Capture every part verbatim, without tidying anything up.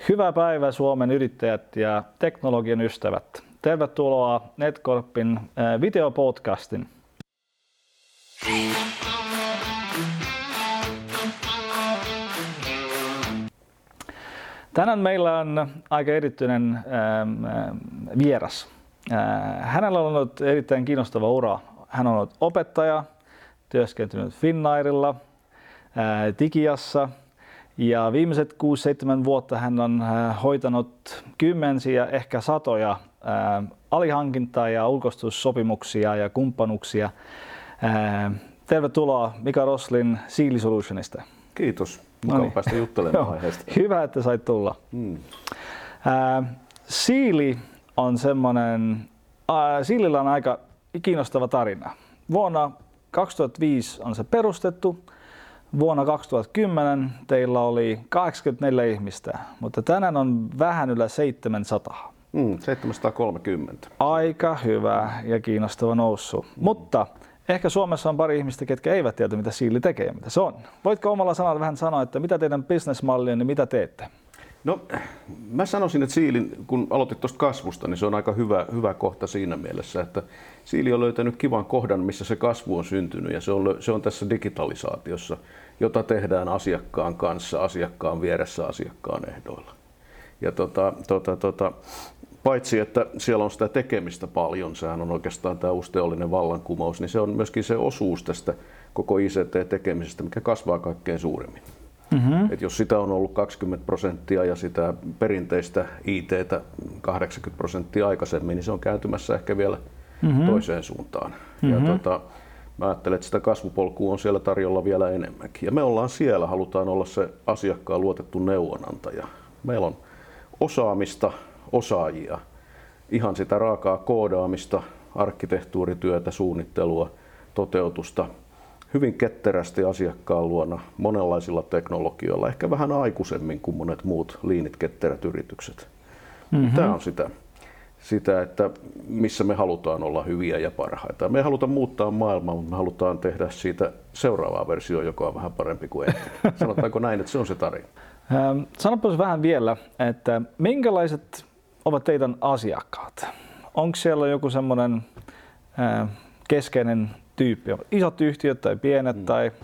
Hyvää päivää Suomen yrittäjät ja teknologian ystävät. Tervetuloa Netcorpin videopodcastin. Tänään meillä on aika erityinen vieras. Hänellä on ollut erittäin kiinnostava ura. Hän on ollut opettaja, työskentelynyt Finnairilla, Digiassa. Ja viimeiset kuusi seitsemän vuotta hän on hoitanut kymmensiä, ehkä satoja ää, alihankintaa ja ulkoistussopimuksia ja kumppanuuksia. Ää, tervetuloa Mika Roslin Siili Solutionista. Kiitos. Mukava no niin. päästä juttelemaan aiheesta. Hyvä, että sait tulla. Hmm. Ää, Siili on semmoinen, ää, Siilillä on aika kiinnostava tarina. Vuonna kaksituhattaviisi on se perustettu. Vuonna kaksituhattakymmenen teillä oli kahdeksankymmentäneljä ihmistä, mutta tänään on vähän yli seitsemänsataa. Mm, seitsemänsataakolmekymmentä. Aika hyvä ja kiinnostava nousu. Mm. Mutta ehkä Suomessa on pari ihmistä, ketkä eivät tiedä, mitä Siili tekee ja mitä se on. Voitko omalla sanalla vähän sanoa, että mitä teidän businessmalli on ja mitä teette? No, mä sanoisin, että Siilin, kun aloitit tuosta kasvusta, niin se on aika hyvä, hyvä kohta siinä mielessä, että Siili on löytänyt kivan kohdan, missä se kasvu on syntynyt, ja se on, se on tässä digitalisaatiossa, jota tehdään asiakkaan kanssa, asiakkaan vieressä, asiakkaan ehdoilla. Ja tota, tota, tota, paitsi, että siellä on sitä tekemistä paljon, sehän on oikeastaan tämä uusi teollinen vallankumous, niin se on myöskin se osuus tästä koko I C T-tekemisestä, mikä kasvaa kaikkein suurimmin. Mm-hmm. Et jos sitä on ollut kaksikymmentä prosenttia ja sitä perinteistä I T:tä kahdeksankymmentä prosenttia aikaisemmin, niin se on kääntymässä ehkä vielä mm-hmm. toiseen suuntaan. Mm-hmm. Ja tota, mä ajattelen, että sitä kasvupolkua on siellä tarjolla vielä enemmänkin. Ja me ollaan siellä, halutaan olla se asiakkaan luotettu neuvonantaja. Meillä on osaamista, osaajia, ihan sitä raakaa koodaamista, arkkitehtuurityötä, suunnittelua, toteutusta. Hyvin ketterästi asiakkaan luona monenlaisilla teknologioilla, ehkä vähän aikuisemmin kuin monet muut liinit ketterät yritykset. Mm-hmm. Tämä on sitä, sitä, että missä me halutaan olla hyviä ja parhaita. Me ei haluta muuttaa maailmaa, mutta me halutaan tehdä siitä seuraavaa versiota, joka on vähän parempi kuin ennen. Sanotaanko näin, että se on se tarina? Ähm, Sanopas vähän vielä, että minkälaiset ovat teidän asiakkaat? Onko siellä joku semmoinen äh, keskeinen tyyppi? Isot yhtiöt tai pienet? Hmm. Tai...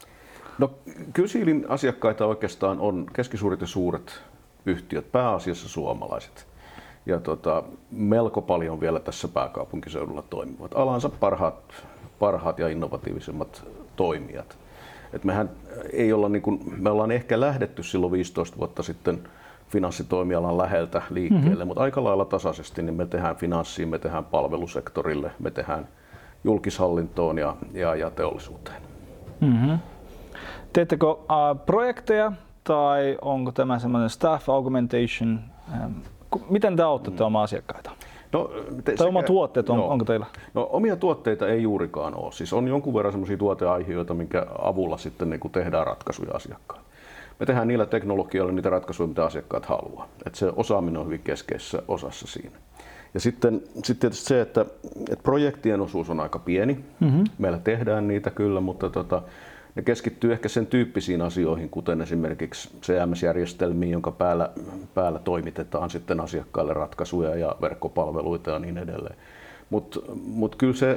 No, kyllä Siilin asiakkaita oikeastaan on keskisuuret ja suuret yhtiöt, pääasiassa suomalaiset. Ja tota, melko paljon vielä tässä pääkaupunkiseudulla toimivat. Alansa parhaat, parhaat ja innovatiivisemmat toimijat. Et mehän ei olla, niin kuin, me ollaan ehkä lähdetty silloin viisitoista vuotta sitten finanssitoimialan läheltä liikkeelle, mm-hmm. mutta aika lailla tasaisesti niin me tehdään finanssiin, me tehdään palvelusektorille, me tehdään julkishallintoon ja, ja, ja teollisuuteen. Mm-hmm. Teettekö uh, projekteja tai onko tämä semmoinen staff augmentation? Um, miten te autatte mm. omaa asiakkaita? No, te, tai omat tuotteet, on, no, onko teillä? No, omia tuotteita ei juurikaan ole. Siis on jonkun verran semmoisia tuoteaiheita, minkä avulla sitten niin kuin tehdään ratkaisuja asiakkaan. Me tehdään niillä teknologioilla niitä ratkaisuja, mitä asiakkaat haluaa. Et se osaaminen on hyvin keskeisessä osassa siinä. Ja sitten, sitten tietysti se, että, että projektien osuus on aika pieni. Mm-hmm. Meillä tehdään niitä kyllä, mutta tota, ne keskittyy ehkä sen tyyppisiin asioihin, kuten esimerkiksi C M S-järjestelmiin, jonka päällä, päällä toimitetaan sitten asiakkaille ratkaisuja ja verkkopalveluita ja niin edelleen. Mutta mut kyllä se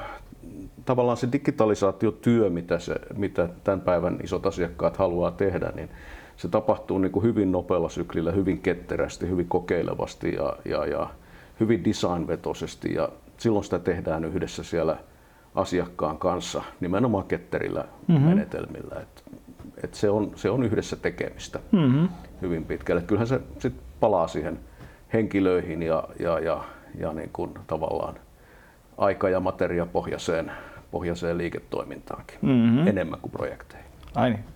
tavallaan se digitalisaatiotyö, mitä, se, mitä tämän päivän isot asiakkaat haluaa tehdä, niin se tapahtuu niin kuin hyvin nopealla syklillä, hyvin ketterästi, hyvin kokeilevasti ja, ja, ja hyvin design-vetoisesti. Ja silloin sitä tehdään yhdessä siellä asiakkaan kanssa nimenomaan ketterillä mm-hmm. menetelmillä. Et, et se, on, se on yhdessä tekemistä mm-hmm. hyvin pitkälle. Et kyllähän se sit palaa siihen henkilöihin ja, ja, ja, ja niin kuin tavallaan aika- ja materiapohjaiseen pohjaiseen liiketoimintaankin mm-hmm. enemmän kuin projekteihin. Ai niin.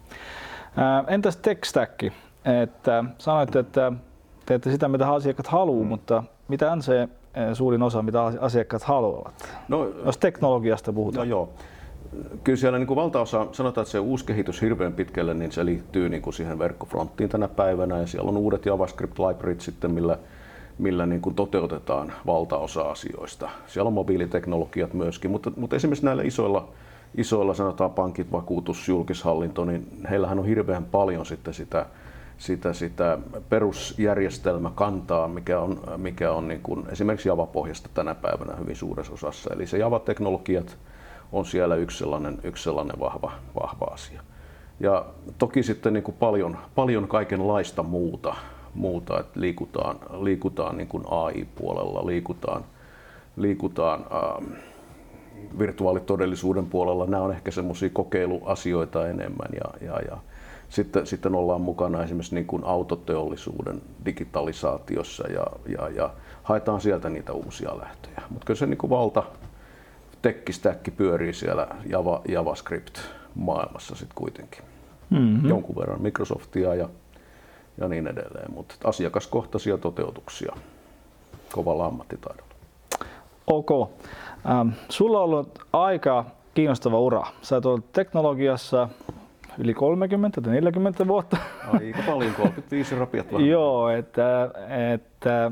Äh, entäs tech stack? Että sanoitte, että teette sitä, mitä asiakkaat haluaa, mm. mutta mitä on se suurin osa, mitä asiakkaat haluavat? No, jos teknologiasta puhutaan. No joo. Kyllä siellä niin kuin valtaosa, sanotaan, että se uusi kehitys hirveän pitkälle, niin se liittyy niin kuin siihen verkkofronttiin tänä päivänä, ja siellä on uudet JavaScript-libraryt sitten, millä, millä niin kuin toteutetaan valtaosa asioista. Siellä on mobiiliteknologiat myöskin, mutta, mutta esimerkiksi näillä isoilla, isoilla sanotaan pankit, vakuutus, julkishallinto, niin heillähän on hirveän paljon sitten sitä sitä, sitä perusjärjestelmäkantaa, mikä on, mikä on niin kuin esimerkiksi Java-pohjasta tänä päivänä hyvin suuressa osassa. Eli se Java-teknologiat on siellä yksi sellainen, yksi sellainen vahva, vahva asia. Ja toki sitten niin kuin paljon, paljon kaikenlaista muuta, muuta että liikutaan, liikutaan niin kuin A I-puolella, liikutaan, liikutaan ähm, virtuaalitodellisuuden puolella. Nämä on ehkä semmoisia kokeiluasioita enemmän ja, ja, ja sitten, sitten ollaan mukana esimerkiksi niin kuin autoteollisuuden digitalisaatiossa ja, ja, ja haetaan sieltä niitä uusia lähtöjä. Mutta kyllä se niin kuin valta tekkistäkki pyörii siellä Java, JavaScript-maailmassa sitten kuitenkin. Mm-hmm. Jonkun verran Microsoftia ja, ja niin edelleen, mutta asiakaskohtaisia toteutuksia kovalla ammattitaidolla. Ok. Ähm, sulla on ollut aika kiinnostava ura. Sä oot ollut teknologiassa yli kolmekymmentä tai neljäkymmentä vuotta. Aika paljon, kolmekymmentäviisi rapiat varmaan. Joo, että, että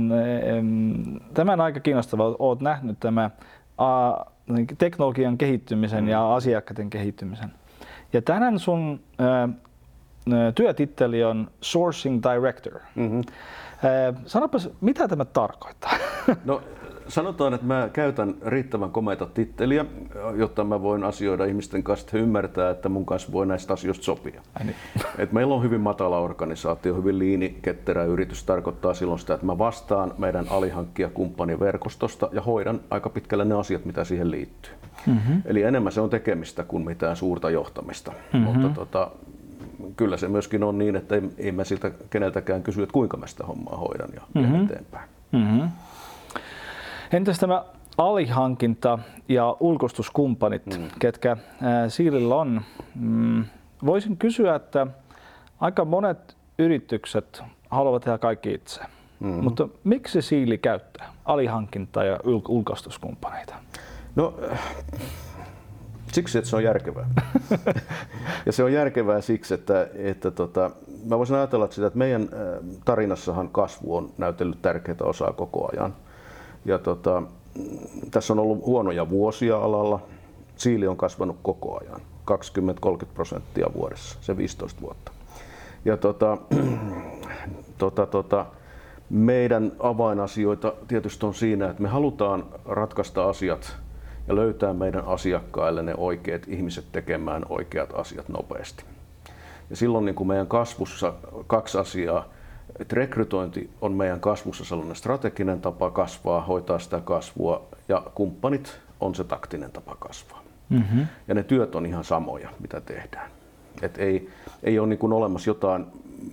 mm, tämän aika kiinnostava. Oot nähnyt tämä a, teknologian kehittymisen mm. ja asiakkaiden kehittymisen. Ja tänään sun ä, työtitteli on Sourcing Director. Mm-hmm. Ä, sanopas, mitä tämä tarkoittaa? No, sanotaan, että mä käytän riittävän komeita titteliä, jotta mä voin asioida ihmisten kanssa, että he ymmärtää, että mun kanssa voi näistä asioista sopia. Niin. Et meillä on hyvin matala organisaatio, hyvin liini, ketterä yritys. Tarkoittaa silloin sitä, että mä vastaan meidän alihankkijakumppanin verkostosta ja hoidan aika pitkälle ne asiat, mitä siihen liittyy. Mm-hmm. Eli enemmän se on tekemistä kuin mitään suurta johtamista. Mm-hmm. Mutta tota, kyllä se myöskin on niin, että ei, ei mä siltä keneltäkään kysy, että kuinka mä sitä hommaa hoidan ja mm-hmm. eteenpäin. Mm-hmm. Entäs tämä alihankinta ja ulkoistuskumppanit, mm. ketkä ää, Siilillä on? Mm, voisin kysyä, että aika monet yritykset haluavat tehdä kaikki itse, mm. mutta miksi Siili käyttää alihankintaa ja ul- ulkoistuskumppaneita? No, siksi, että se on järkevää. Ja se on järkevää siksi, että, että tota, mä voisin ajatella että sitä, että meidän tarinassahan kasvu on näytellyt tärkeää osaa koko ajan. Ja tota, tässä on ollut huonoja vuosia alalla. Siili on kasvanut koko ajan, kaksikymmentä kolmekymmentä prosenttia vuodessa, se viisitoista vuotta. Ja tota, tota, tota, meidän avainasioita tietysti on siinä, että me halutaan ratkaista asiat ja löytää meidän asiakkaille ne oikeat ihmiset tekemään oikeat asiat nopeasti. Ja silloin niin kuin meidän kasvussa kaksi asiaa. Että rekrytointi on meidän kasvussa sellainen strateginen tapa kasvaa, hoitaa sitä kasvua ja kumppanit on se taktinen tapa kasvaa. Mm-hmm. Ja ne työt on ihan samoja, mitä tehdään. Et ei, ei ole niin kuin olemassa jotain,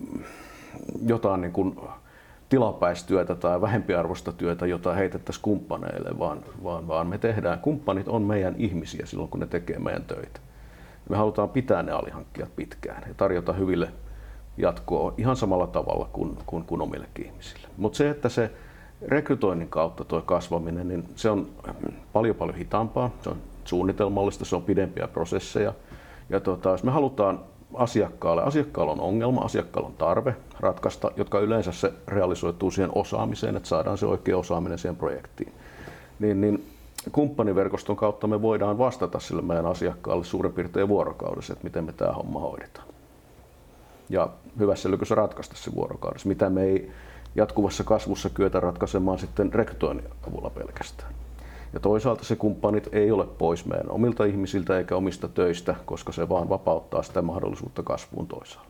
jotain niin kuin tilapäistyötä tai vähempiarvoista työtä, jota heitettäisiin kumppaneille, vaan, vaan, vaan me tehdään, kumppanit on meidän ihmisiä silloin, kun ne tekee meidän töitä. Me halutaan pitää ne alihankkijat pitkään ja tarjota hyville jatkoa ihan samalla tavalla kuin, kuin, kuin omillekin ihmisille. Mutta se, että se rekrytoinnin kautta tuo kasvaminen, niin se on paljon paljon hitaampaa, se on suunnitelmallista, se on pidempiä prosesseja. Ja tota, jos me halutaan asiakkaalle, asiakkaalla on ongelma, asiakkaalla on tarve ratkaista, jotka yleensä se realisoituu siihen osaamiseen, että saadaan se oikea osaaminen siihen projektiin, niin, niin kumppaniverkoston kautta me voidaan vastata sille meidän asiakkaalle suurin piirtein vuorokaudessa, että miten me tämä homma hoidetaan. Ja hyvässä lykyssä ratkaista se vuorokaudessa, mitä me ei jatkuvassa kasvussa kyetä ratkaisemaan sitten rekrytoinnin avulla pelkästään. Ja toisaalta se kumppanit ei ole pois meidän omilta ihmisiltä eikä omista töistä, koska se vaan vapauttaa sitä mahdollisuutta kasvuun toisaalla.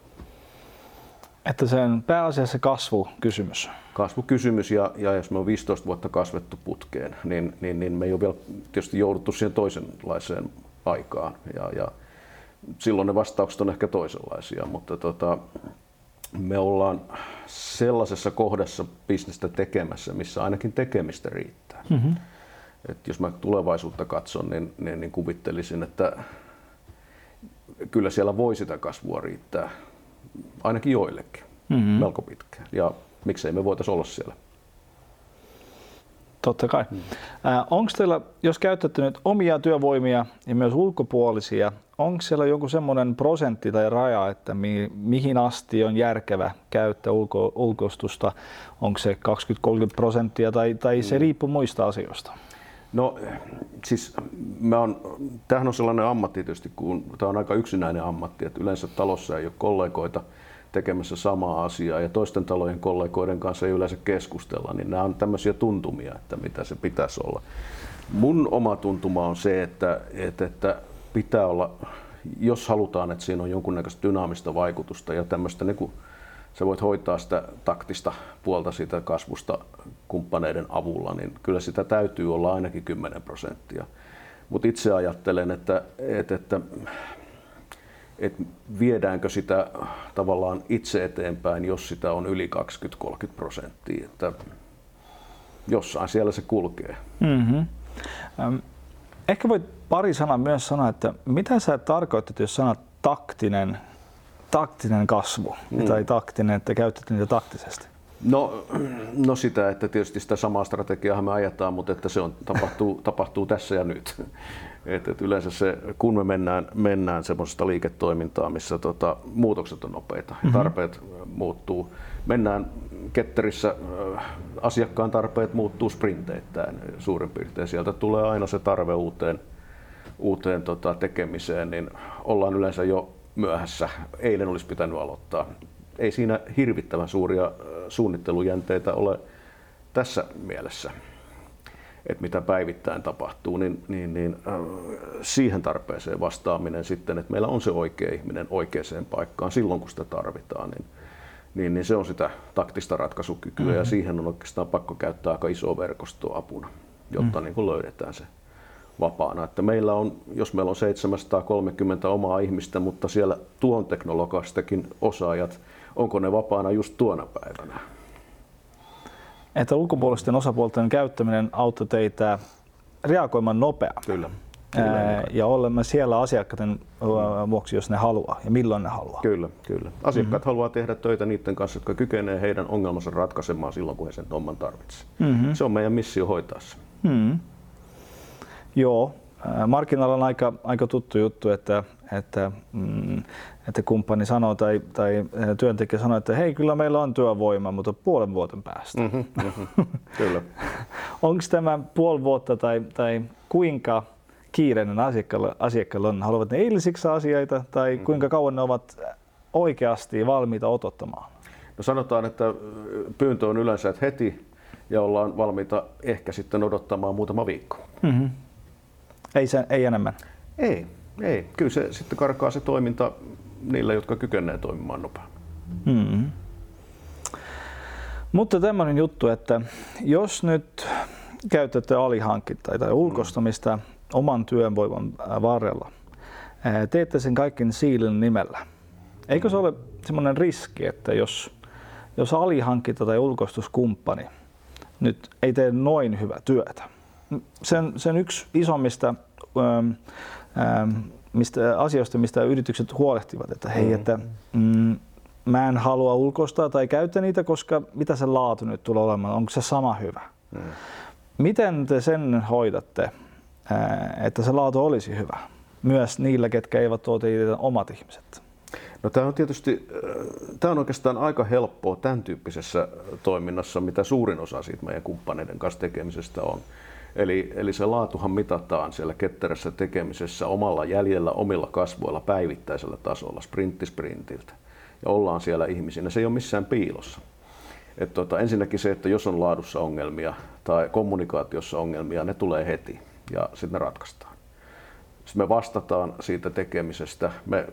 Että se on pääasiassa kasvukysymys. Kasvukysymys ja, ja jos me on viisitoista vuotta kasvettu putkeen, niin, niin, niin me ei ole vielä tietysti jouduttu siihen toisenlaiseen aikaan. Ja, ja silloin ne vastaukset on ehkä toisenlaisia, mutta tota, me ollaan sellaisessa kohdassa bisnestä tekemässä, missä ainakin tekemistä riittää. Mm-hmm. Et jos mä tulevaisuutta katson, niin, niin, niin kuvittelisin, että kyllä siellä voi sitä kasvua riittää, ainakin joillekin, mm-hmm. melko pitkään. Ja miksei me voitaisiin olla siellä? Totta kai. Mm. Äh, onko teillä, jos käytätte nyt omia työvoimia ja myös ulkopuolisia, onko siellä joku semmoinen prosentti tai raja, että mi- mihin asti on järkevä käyttää ulko- ulkoistusta? Onko se kaksikymmentä kolmekymmentä prosenttia tai, tai mm. se riippuu muista asioista? No siis mä on, tämähän on sellainen ammatti tietysti, kun tämä on aika yksinäinen ammatti, että yleensä talossa ei ole kollegoita, tekemässä samaa asiaa ja toisten talojen kollegoiden kanssa ei yleensä keskustella, niin nämä on tämmöisiä tuntumia, että mitä se pitäisi olla. Mun oma tuntuma on se, että, että, että pitää olla, jos halutaan, että siinä on jonkunnäköistä dynaamista vaikutusta ja tämmöistä, niin kuin sä voit hoitaa sitä taktista puolta siitä kasvusta kumppaneiden avulla, niin kyllä sitä täytyy olla ainakin kymmenen prosenttia. Mutta itse ajattelen, että, että, että, että viedäänkö sitä tavallaan itse eteenpäin, jos sitä on yli kaksikymmentä kolmekymmentä prosenttia. Että jossain siellä se kulkee. Mm-hmm. Ähm, ehkä voit pari sanaa myös sanoa, että mitä sä tarkoitat, jos sanat taktinen, taktinen kasvu mm. tai taktinen, että käytät niitä taktisesti? No, no sitä, että tietysti sitä samaa strategiaa me ajetaan, mutta että se on, tapahtuu, tapahtuu tässä ja nyt. Et, et yleensä se, kun me mennään, mennään semmoisesta liiketoimintaa, missä tota, muutokset on nopeita ja tarpeet mm-hmm. muuttuu. Mennään ketterissä, asiakkaan tarpeet muuttuu sprinteittäin suurin piirtein. Sieltä tulee aina se tarve uuteen, uuteen tota, tekemiseen, niin ollaan yleensä jo myöhässä. Eilen olisi pitänyt aloittaa. Ei siinä hirvittävän suuria suunnittelujänteitä ole tässä mielessä, että mitä päivittäin tapahtuu, niin, niin, niin äh, siihen tarpeeseen vastaaminen sitten, että meillä on se oikea ihminen oikeaan paikkaan silloin, kun sitä tarvitaan, niin, niin, niin se on sitä taktista ratkaisukykyä mm-hmm. ja siihen on oikeastaan pakko käyttää aika iso verkostoa apuna, jotta mm-hmm. niin kuin löydetään se vapaana. Että meillä on, jos meillä on seitsemänsataakolmekymmentä omaa ihmistä, mutta siellä tuon teknologiastakin osaajat, onko ne vapaana just tuona päivänä? Että ulkopuolisten osapuolten käyttäminen auttoi teitä reagoimaan nopeammin. Kyllä. Ää, ja olemme siellä asiakkaiden vuoksi, jos ne haluaa ja milloin ne haluaa. Kyllä, kyllä. Asiakkaat mm-hmm. haluaa tehdä töitä niiden kanssa, jotka kykenevät heidän ongelmansa ratkaisemaan silloin, kun he sen homman tarvitsevat. Mm-hmm. Se on meidän missio hoitaa se. Mm-hmm. Joo, markkinoilla on aika, aika tuttu juttu, että, että, mm, että kumppani sanoo tai, tai työntekijä sanoo, että hei, kyllä meillä on työvoima, mutta puolen vuoden päästä. Mm-hmm, mm-hmm. Kyllä. Onko tämä puoli vuotta tai, tai kuinka kiireinen asiakkaalla, asiakkaalla on? Haluavat ne eilisiksi asioita tai mm-hmm. kuinka kauan ne ovat oikeasti valmiita odottamaan? No sanotaan, että pyyntö on yleensä että heti ja ollaan valmiita ehkä sitten odottamaan muutama viikko. Mm-hmm. Ei, se, ei enemmän? Ei, ei. Kyllä se sitten karkaa se toiminta niille, jotka kykenevät toimimaan nopeammin. Mm-hmm. Mutta tämmöinen juttu, että jos nyt käytätte alihankintaa tai ulkoistamista mm. oman työvoiman varrella, teette sen kaiken Siilin nimellä. Eikö se ole semmoinen riski, että jos, jos alihankinta tai ulkoistuskumppani nyt ei tee noin hyvää työtä, sen, sen yksi isommista ähm, mistä, asioista, mistä yritykset huolehtivat, että hei, mm. että mm, mä en halua ulkoistaa tai käyttää niitä, koska mitä se laatu nyt tulee olemaan, onko se sama hyvä? Mm. Miten te sen hoidatte, että se laatu olisi hyvä, myös niillä, ketkä eivät tuota omat ihmiset? No, tämä on tietysti, tämä on oikeastaan aika helppoa tämän tyyppisessä toiminnassa, mitä suurin osa siitä meidän kumppaneiden kanssa tekemisestä on. Eli, eli se laatuhan mitataan siellä ketterässä tekemisessä omalla jäljellä, omilla kasvoilla, päivittäisellä tasolla, sprintti sprintiltä. Ja ollaan siellä ihmisinä. Se ei ole missään piilossa. Et tota, ensinnäkin se, että jos on laadussa ongelmia tai kommunikaatiossa ongelmia, ne tulee heti ja sitten ne ratkaistaan. Sitten me vastataan siitä tekemisestä. Me,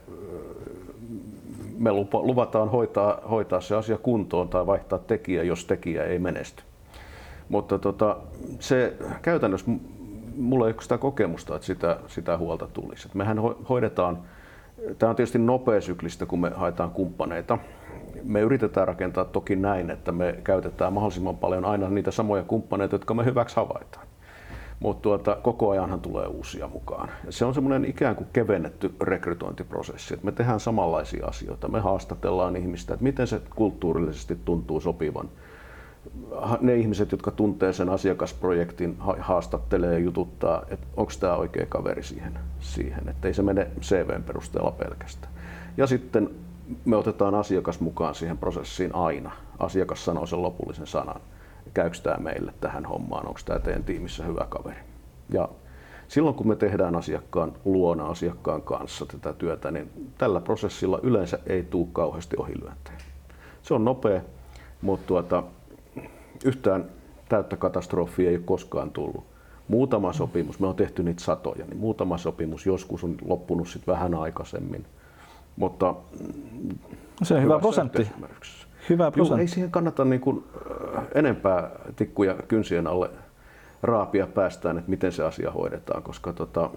me luvataan hoitaa, hoitaa se asia kuntoon tai vaihtaa tekijä, jos tekijä ei menesty. Mutta tota, se käytännössä, mulla ei ole sitä kokemusta, että sitä, sitä huolta tulisi. Et mehän hoidetaan, tämä on tietysti nopeasyklistä, kun me haetaan kumppaneita. Me yritetään rakentaa toki näin, että me käytetään mahdollisimman paljon aina niitä samoja kumppaneita, jotka me hyväksi havaitaan. Mutta tuota, koko ajanhan tulee uusia mukaan. Ja se on semmoinen ikään kuin kevennetty rekrytointiprosessi, että me tehdään samanlaisia asioita. Me haastatellaan ihmistä, että miten se kulttuurillisesti tuntuu sopivan. Ne ihmiset, jotka tuntee sen asiakasprojektin, haastattelee ja jututtaa, että onko tämä oikea kaveri siihen, siihen. Että ei se mene C V:n perusteella pelkästään. Ja sitten me otetaan asiakas mukaan siihen prosessiin aina. Asiakas sanoo sen lopullisen sanan. Käykö tämä meille tähän hommaan, onko tämä teidän tiimissä hyvä kaveri. Ja silloin kun me tehdään asiakkaan luona, asiakkaan kanssa tätä työtä, niin tällä prosessilla yleensä ei tule kauheasti ohilyöntejä. Se on nopea, mutta tuota, yhtään täyttä katastrofia ei ole koskaan tullut. Muutama sopimus, me on tehty niitä satoja, niin muutama sopimus joskus on loppunut sit vähän aikaisemmin, mutta se on hyvä prosentti. Hyvä prosentti. Juu, ei siihen kannata niin kuin enempää tikkuja kynsien alle raapia päästään, että miten se asia hoidetaan, koska tota,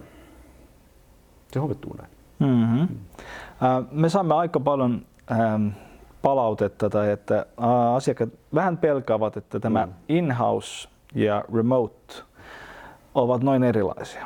se hoituu näin. Mm-hmm. Mm. Me saamme aika paljon ähm, palautetta, tai että äh, asiakkaat vähän pelkäävät, että tämä mm. in-house ja remote ovat noin erilaisia.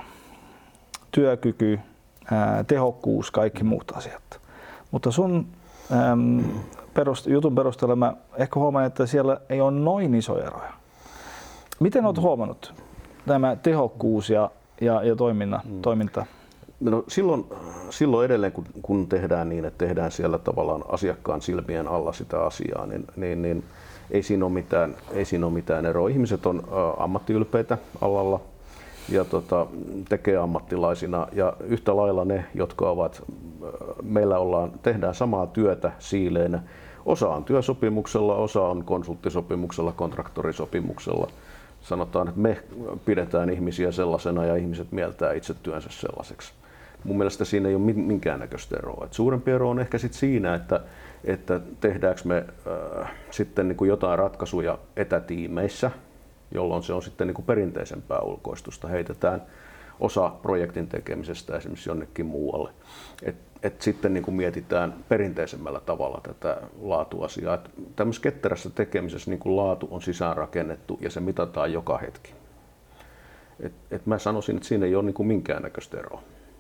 Työkyky, ää, tehokkuus, kaikki muut asiat. Mutta sun äm, perust, jutun perusteella mä ehkä huomaan, että siellä ei ole noin isoja eroja. Miten olet huomannut tämä tehokkuus ja, ja, ja toiminna, mm. toiminta? No, silloin, silloin edelleen, kun, kun tehdään niin, että tehdään siellä tavallaan asiakkaan silmien alla sitä asiaa, niin, niin, niin ei, siinä ole mitään, ei siinä ole mitään eroa. Ihmiset on ä, ammattiylpeitä alalla ja tota, tekee ammattilaisina, ja yhtä lailla ne, jotka ovat, meillä ollaan, tehdään samaa työtä siileinä. Osa on työsopimuksella, osa on konsulttisopimuksella, kontraktorisopimuksella. Sanotaan, että me pidetään ihmisiä sellaisena ja ihmiset mieltää itse työnsä sellaiseksi. Mun mielestä siinä ei ole minkäännäköistä eroa. Et suurempi ero on ehkä sit siinä, että, että tehdäänkö me äh, sitten niin kuin jotain ratkaisuja etätiimeissä, jolloin se on sitten niin kuin perinteisempää ulkoistusta. Heitetään osa projektin tekemisestä esimerkiksi jonnekin muualle. Et, et sitten niin kuin mietitään perinteisemmällä tavalla tätä laatuasiaa. Et tämmöisessä ketterässä tekemisessä niin kuin laatu on sisäänrakennettu ja se mitataan joka hetki. Et, et mä sanoisin, että siinä ei ole niin kuin minkäännäköistä eroa.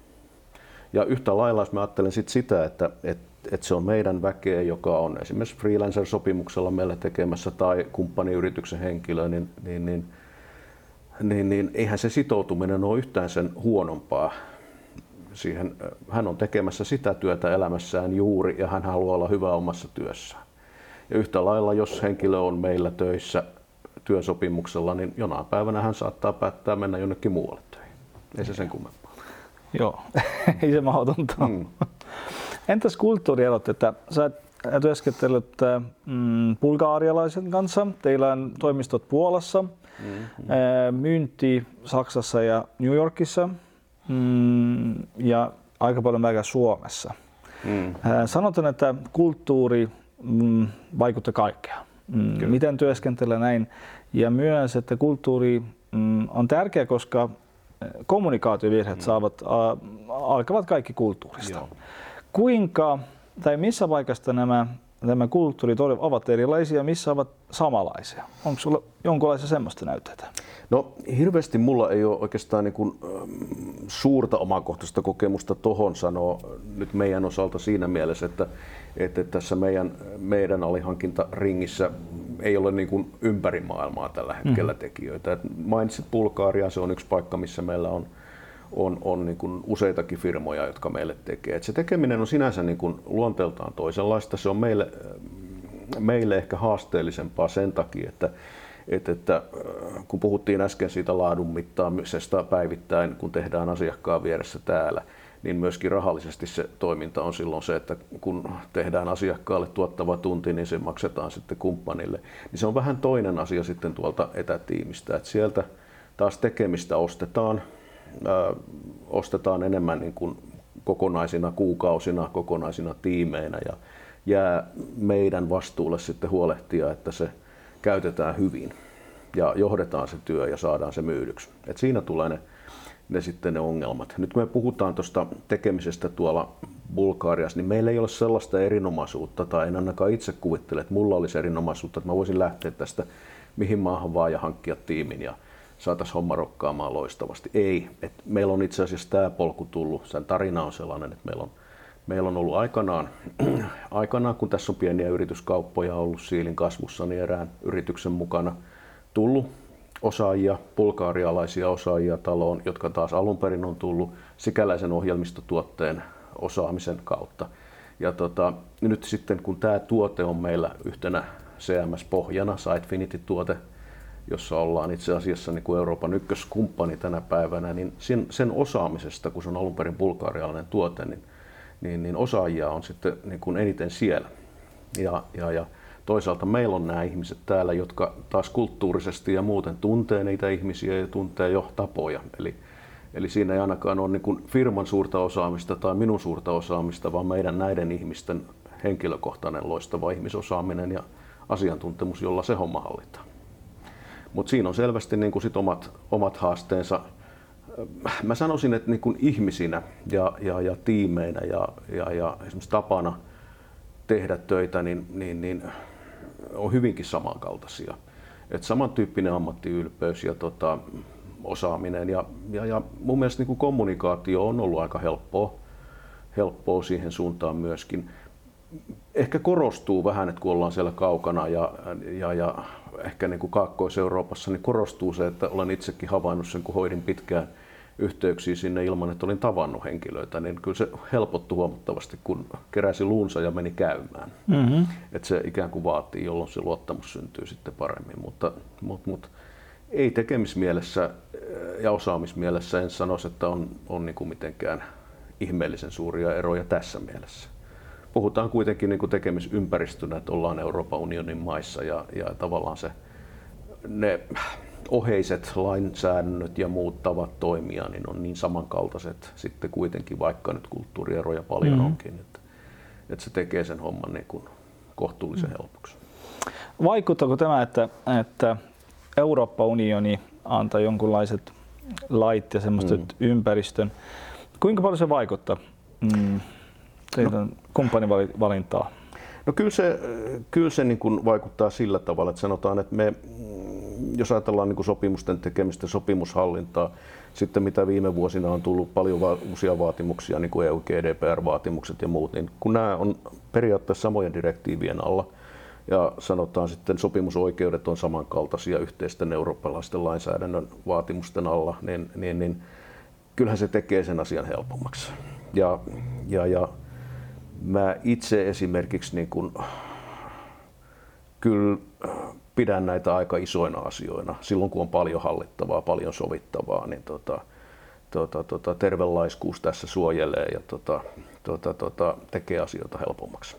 Ja yhtä lailla, jos mä ajattelen sit sitä, että et, et se on meidän väkeä, joka on esimerkiksi freelancer-sopimuksella meillä tekemässä tai kumppaniyrityksen henkilö, niin, niin, niin, niin, niin eihän se sitoutuminen ole yhtään sen huonompaa. Siihen, hän on tekemässä sitä työtä elämässään juuri ja hän haluaa olla hyvä omassa työssään. Ja yhtä lailla, jos henkilö on meillä töissä työsopimuksella, niin jonain päivänä hän saattaa päättää mennä jonnekin muualle töihin. Ei se sen kummempaa. Joo, ei se mahdotonta. Mm. Entäs kulttuurierot, että sä työskentelet mm, bulgarialaisen kanssa, teillä on toimistot Puolassa, mm-hmm. myynti Saksassa ja New Yorkissa mm, ja aika paljon väkeä Suomessa. Mm. Sanotaan, että kulttuuri mm, vaikuttaa kaikkea. Mm, miten työskentelee näin? Ja myös, että kulttuuri mm, on tärkeä, koska kommunikaatiovirheet mm. saavat, äh, alkavat kaikki kulttuurista. Joo. Kuinka tai missä paikasta nämä, nämä kulttuurit ovat erilaisia, missä ovat samanlaisia? Onko sulla jonkinlaisia semmoista näytteitä? No hirveästi mulla ei ole oikeastaan niin kuin, ähm, suurta omakohtaista kokemusta tohon sanoa nyt meidän osalta siinä mielessä, että, että tässä meidän, meidän alihankintaringissä ei ole niin kuin ympäri maailmaa tällä hetkellä mm. tekijöitä. Et mainitsit Bulgaria, se on yksi paikka, missä meillä on, on, on niin kuin useitakin firmoja, jotka meille tekee. Et se tekeminen on sinänsä niin kuin luonteeltaan toisenlaista. Se on meille, meille ehkä haasteellisempaa sen takia, että Että, että kun puhuttiin äsken siitä laadun mittaamisesta päivittäin, kun tehdään asiakkaan vieressä täällä, niin myöskin rahallisesti se toiminta on silloin se, että kun tehdään asiakkaalle tuottava tunti, niin se maksetaan sitten kumppanille. Niin se on vähän toinen asia sitten tuolta etätiimistä, että sieltä taas tekemistä ostetaan, ää, ostetaan enemmän niin kuin kokonaisina kuukausina, kokonaisina tiimeinä ja jää meidän vastuulle sitten huolehtia, että se käytetään hyvin ja johdetaan se työ ja saadaan se myydyksi. Et siinä tulee ne, ne sitten ne ongelmat. Nyt kun me puhutaan tuosta tekemisestä tuolla Bulgariassa, niin meillä ei ole sellaista erinomaisuutta, tai en ainakaan itse kuvittele, että mulla olisi erinomaisuutta, että mä voisin lähteä tästä mihin maahan vaan ja hankkia tiimin ja saataisiin homma rokkaamaan loistavasti. Ei. Et meillä on itse asiassa tämä polku tullut, sen tarina on sellainen, että meillä on Meillä on ollut aikanaan, aikanaan, kun tässä on pieniä yrityskauppoja ollut Siilin kasvussa, niin erään yrityksen mukana tullut osaajia, bulgarialaisia osaajia taloon, jotka taas alun perin on tullut sikäläisen ohjelmistotuotteen osaamisen kautta. Ja tota, nyt sitten kun tämä tuote on meillä yhtenä C M S-pohjana, Sitefinity-tuote, jossa ollaan itse asiassa niin kuin Euroopan ykköskumppani tänä päivänä, niin sen, sen osaamisesta, kun se on alun perin bulgarialainen tuote, niin, niin, niin osaajia on sitten niin kuin eniten siellä. Ja, ja, ja toisaalta meillä on nämä ihmiset täällä, jotka taas kulttuurisesti ja muuten tuntee niitä ihmisiä ja tuntee jo tapoja. Eli, eli siinä ei ainakaan ole niin kuin firman suurta osaamista tai minun suurta osaamista, vaan meidän näiden ihmisten henkilökohtainen loistava ihmisosaaminen ja asiantuntemus, jolla se homma hallitaan. Mutta siinä on selvästi niin kuin sit omat, omat haasteensa. Mä sanoisin, että niin kuin ihmisinä ja, ja, ja tiimeinä ja, ja, ja esimerkiksi tapana tehdä töitä, niin, niin, niin on hyvinkin samankaltaisia. Et samantyyppinen ammattiylpeys ja tota, osaaminen ja, ja, ja mun mielestä niin kuin kommunikaatio on ollut aika helppoa, helppoa siihen suuntaan myöskin. Ehkä korostuu vähän, että kun ollaan siellä kaukana ja, ja, ja ehkä niin kuin Kaakkois-Euroopassa, niin korostuu se, että olen itsekin havainnut sen, kun hoidin pitkään yhteyksiä sinne ilman, että olin tavannut henkilöitä, niin kyllä se helpottui huomattavasti, kun keräsi luunsa ja meni käymään. Mm-hmm. Että se ikään kuin vaatii, jolloin se luottamus syntyy sitten paremmin, mutta, mutta, mutta ei tekemismielessä ja osaamismielessä en sanoisi, että on, on niin kuin mitenkään ihmeellisen suuria eroja tässä mielessä. Puhutaan kuitenkin niin kuin tekemisympäristönä, että ollaan Euroopan unionin maissa ja, ja tavallaan se, ne oheiset lainsäädännöt ja muut tavat toimia niin on niin samankaltaiset sitten kuitenkin, vaikka nyt kulttuurieroja paljon mm-hmm. onkin, että, että se tekee sen homman niin kuin kohtuullisen mm-hmm. helpoksi. Vaikuttaako tämä, että, että Euroopan unioni antaa jonkunlaiset lait ja semmoiset mm-hmm. ympäristön, kuinka paljon se vaikuttaa mm, teidän no. kumppanivalintaa? No kyllä se, kyllä se niin kuin vaikuttaa sillä tavalla, että sanotaan, että me, jos ajatellaan niin kuin sopimusten tekemistä, sopimushallintaa, sitten mitä viime vuosina on tullut paljon va- uusia vaatimuksia, niin kuin E U G D P R-vaatimukset ja muut, niin kun nämä on periaatteessa samojen direktiivien alla ja sanotaan sitten sopimusoikeudet on samankaltaisia yhteisten eurooppalaisten lainsäädännön vaatimusten alla, niin, niin, niin kyllähän se tekee sen asian helpommaksi. Ja, ja, ja mä itse esimerkiksi niin kun, kyllä pidän näitä aika isoina asioina. Silloin kun on paljon hallittavaa, paljon sovittavaa, niin tota, tota, tota, tervelaiskuus tässä suojelee ja tota, tota, tota, tekee asioita helpommaksi.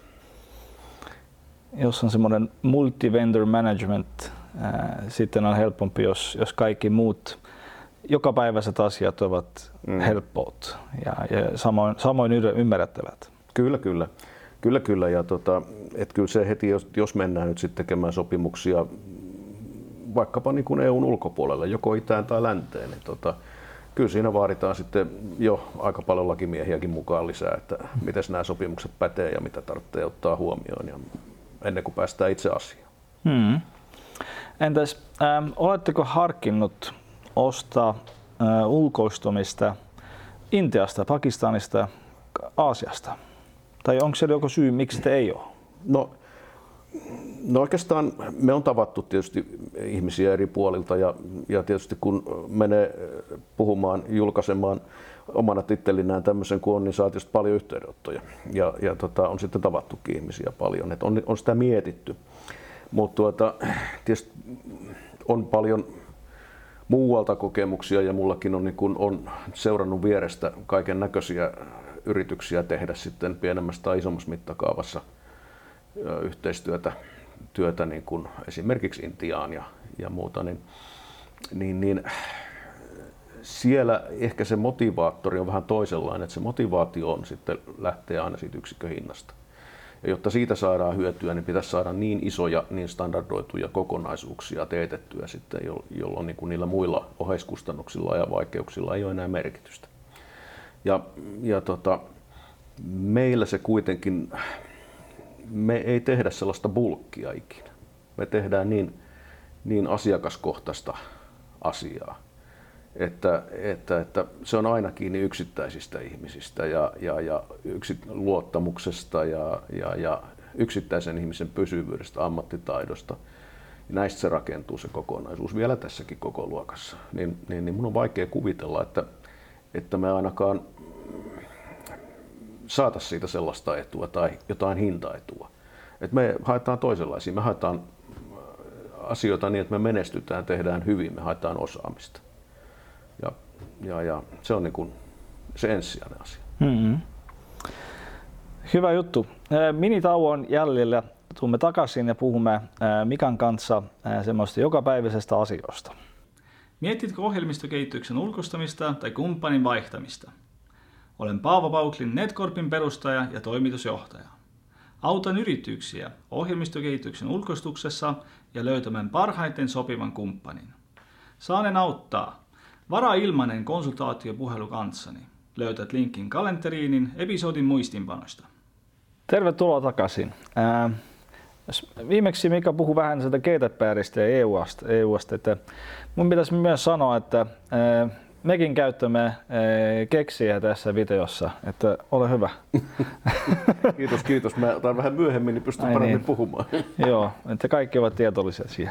Jos on semmoinen multi-vendor management, ää, sitten on helpompi, jos, jos kaikki muut jokapäiväiset asiat ovat mm. helpot ja, ja samoin, samoin ymmärrettävät. Kyllä, kyllä. Kyllä, kyllä. Ja tota, et kyllä se heti, jos, jos mennään nyt sitten tekemään sopimuksia vaikkapa niin kuin E U:n ulkopuolelle, joko itään tai länteen, niin tota, kyllä siinä vaaditaan sitten jo aika paljon lakimiehiäkin mukaan lisää, että miten nämä sopimukset pätee ja mitä tarvitsee ottaa huomioon ja ennen kuin päästään itse asiaan. Hmm. Entäs ähm, oletteko harkinnut ostaa äh, ulkoistumista Intiasta, Pakistanista, Aasiasta? Tai onko siellä joku syy, miksi te ei ole? No, no oikeastaan me on tavattu tietysti ihmisiä eri puolilta ja, ja tietysti kun menee puhumaan, julkaisemaan omana tittelinään tämmöisen kuin on, niin saa tietysti paljon yhteydenottoja ja, ja tota, on sitten tavattukin ihmisiä paljon, että on, on sitä mietitty. Mutta tuota, tietysti on paljon muualta kokemuksia ja mullakin on, niin kun on seurannut vierestä kaiken näköisiä yrityksiä tehdä sitten pienemmässä tai isommassa mittakaavassa yhteistyötä työtä niin kuin esimerkiksi Intiaan ja, ja muuta, niin, niin, niin siellä ehkä se motivaattori on vähän toisenlainen, että se motivaatio on sitten lähtee aina siitä yksikköhinnasta. Ja jotta siitä saadaan hyötyä, niin pitäisi saada niin isoja, niin standardoituja kokonaisuuksia teetettyä sitten, jolloin niin kuin niillä muilla oheiskustannuksilla ja vaikeuksilla ei ole enää merkitystä. Ja, ja tota, meillä se kuitenkin, me ei tehdä sellaista bulkkia ikinä. Me tehdään niin, niin asiakaskohtaista asiaa, että, että, että se on aina kiinni yksittäisistä ihmisistä ja, ja, ja yksit, luottamuksesta ja, ja, ja yksittäisen ihmisen pysyvyydestä, ammattitaidosta. Ja näistä se rakentuu se kokonaisuus vielä tässäkin koko luokassa. Niin, niin, niin mun on vaikea kuvitella, että, että me ainakaan saataisiin siitä sellaista etua tai jotain hintaetua. Et me haetaan toisenlaisia. Me haetaan asioita niin, että me menestytään, tehdään hyvin, me haetaan osaamista. Ja, ja, ja se on niin kuin se ensisijainen asia. Mm-hmm. Hyvä juttu. Minitauon jäljellä tulemme takaisin ja puhumme Mikan kanssa semmoista jokapäiväisestä asioista. Mietitkö ohjelmistokehityksen ulkoistamista tai kumppanin vaihtamista? Olen Paavo Pauklin Netcorpin perustaja ja toimitusjohtaja. Autan yrityksiä ohjelmistokehityksen ulkoistuksessa ja löytämään parhaiten sopivan kumppanin. Saanen auttaa. Varaa ilmainen konsultaatiopuhelu kanssani. Löytät linkin kalenteriinin episodin muistinpanosta. Tervetuloa takaisin. Ää, viimeksi Mika puhui vähän sitä G D P R:stä ja E U:sta, E U:sta, että mun pitäisi myös sanoa, että ää, mekin käyttämme ää, keksiä tässä videossa, että ole hyvä. Kiitos, kiitos. Mä otan vähän myöhemmin, niin pystyn Ai paremmin niin. puhumaan. Joo, että kaikki ovat tietoisia siihen.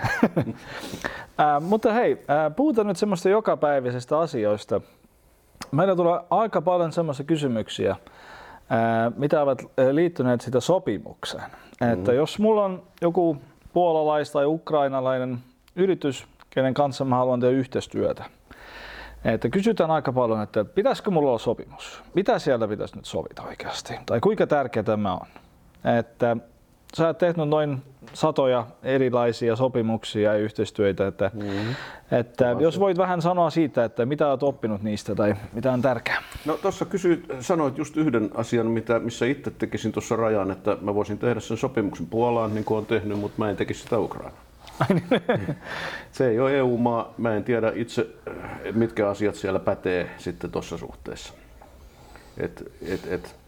ää, mutta hei, ää, puhutaan nyt semmoista jokapäiväisistä asioista. Meillä tulee aika paljon semmoisia kysymyksiä, ää, mitä ovat liittyneet sitä sopimukseen. Mm-hmm. Että jos mulla on joku puolalais- tai ukrainalainen yritys, kenen kanssa mä haluan tehdä yhteistyötä, että kysytään aika paljon, että pitäisikö mulla olla sopimus? Mitä siellä pitäisi nyt sovita oikeasti? Tai kuinka tärkeää tämä on? Että sä oot tehnyt noin satoja erilaisia sopimuksia ja yhteistyötä, että, mm-hmm. että jos voit vähän sanoa siitä, että mitä olet oppinut niistä tai mitä on tärkeää. No tuossa kysyit, sanoit just yhden asian, mitä, missä itse tekisin tuossa rajan, että mä voisin tehdä sen sopimuksen Puolaan niin kuin olen tehnyt, mutta mä en tekisi sitä Ukrainaan. Se ei ole E U-maa, mä en tiedä itse, mitkä asiat siellä pätee sitten tuossa suhteessa. Et, et, et,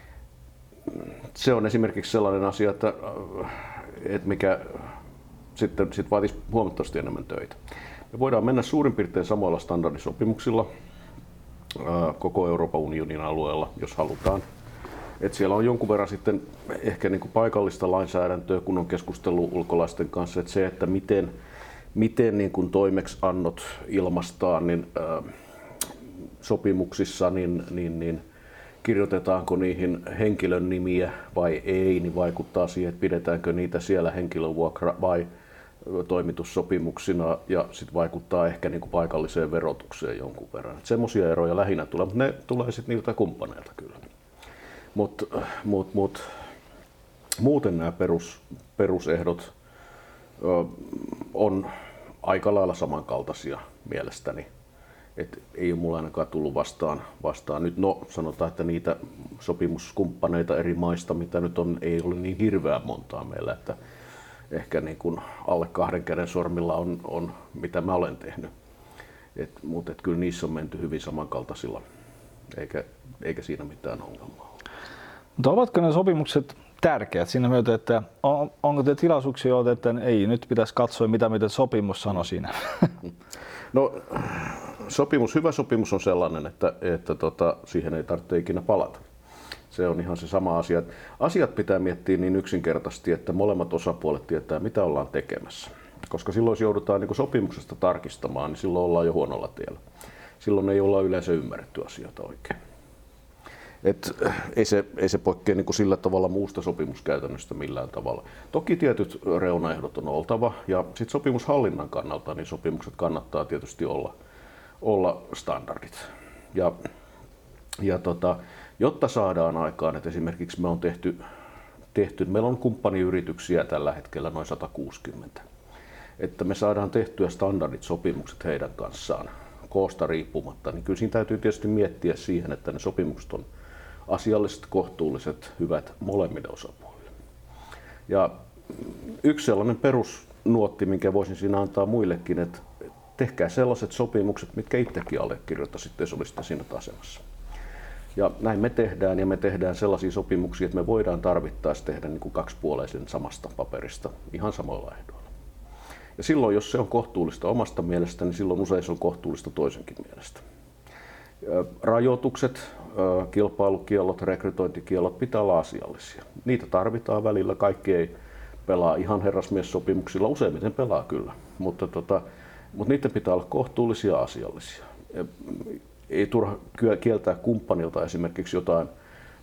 se on esimerkiksi sellainen asia, että, että mikä sitten sit vaatisi huomattavasti enemmän töitä. Me voidaan mennä suurin piirtein samoilla standardisopimuksilla koko Euroopan unionin alueella, jos halutaan. Et siellä on jonkun verran sitten ehkä niin kuin paikallista lainsäädäntöä, kun on keskustellut ulkolaisten kanssa, että se, että miten, miten niin kuin toimeksiannot ilmaistaan niin, äh, sopimuksissa, niin, niin, niin kirjoitetaanko niihin henkilön nimiä vai ei, niin vaikuttaa siihen, että pidetäänkö niitä siellä henkilövuokra- vai toimitussopimuksina, ja sitten vaikuttaa ehkä niin kuin paikalliseen verotukseen jonkun verran. Semmoisia eroja lähinnä tulee, mutta ne tulee sitten niiltä kumppaneilta kyllä. Mut, mut, mut, muuten nämä perus, perusehdot ö, on aika lailla samankaltaisia mielestäni. Et ei ole mulla ainakaan tullut vastaan, vastaan. Nyt no, sanotaan, että niitä sopimuskumppaneita eri maista, mitä nyt on, ei ole niin hirveän montaa meillä, että ehkä niin kuin alle kahden käden sormilla on, on mitä mä olen tehnyt. Et, mutta et kyllä niissä on menty hyvin samankaltaisilla, eikä, eikä siinä mitään ongelmaa. Mutta ovatko ne sopimukset tärkeät siinä myötä, että on, onko te tilaisuuksia, että ei, nyt pitäisi katsoa, mitä, mitä sopimus sanoi siinä? No, sopimus, hyvä sopimus on sellainen, että, että tota, siihen ei tarvitse ikinä palata. Se on ihan se sama asia. Asiat pitää miettiä niin yksinkertaisesti, että molemmat osapuolet tietää, mitä ollaan tekemässä. Koska silloin, jos joudutaan niin kuin sopimuksesta tarkistamaan, niin silloin ollaan jo huonolla tiellä. Silloin ei olla yleensä ymmärretty asioita oikein. Et ei, se, ei se poikkea niin kuin sillä tavalla muusta sopimuskäytännöstä millään tavalla. Toki tietyt reunaehdot on oltava, ja sit sopimushallinnan kannalta niin sopimukset kannattaa tietysti olla, olla standardit. Ja, ja tota, jotta saadaan aikaan, että esimerkiksi me on tehty, tehty, meillä on kumppaniyrityksiä tällä hetkellä noin sata kuusikymmentä, että me saadaan tehtyä standardit sopimukset heidän kanssaan koosta riippumatta, niin kyllä siinä täytyy tietysti miettiä siihen, että ne sopimukset on asialliset, kohtuulliset, hyvät molemmille osapuolille. Ja yksi sellainen perusnuotti, minkä voisin siinä antaa muillekin, että tehkää sellaiset sopimukset, mitkä itsekin allekirjoittaisitte, jos olisitte siinä asemassa. Ja näin me tehdään, ja me tehdään sellaisia sopimuksia, että me voidaan tarvittaessa tehdä niin kuin kaksipuoleisen samasta paperista ihan samoilla ehdoilla. Ja silloin, jos se on kohtuullista omasta mielestä, niin silloin usein se on kohtuullista toisenkin mielestä. Rajoitukset, kilpailukiellot, rekrytointikiellot pitää olla asiallisia. Niitä tarvitaan välillä. Kaikki ei pelaa ihan herrasmiessopimuksilla, useimmiten pelaa kyllä, mutta, tota, mutta niiden pitää olla kohtuullisia ja asiallisia. Ei turha kieltää kumppanilta esimerkiksi jotain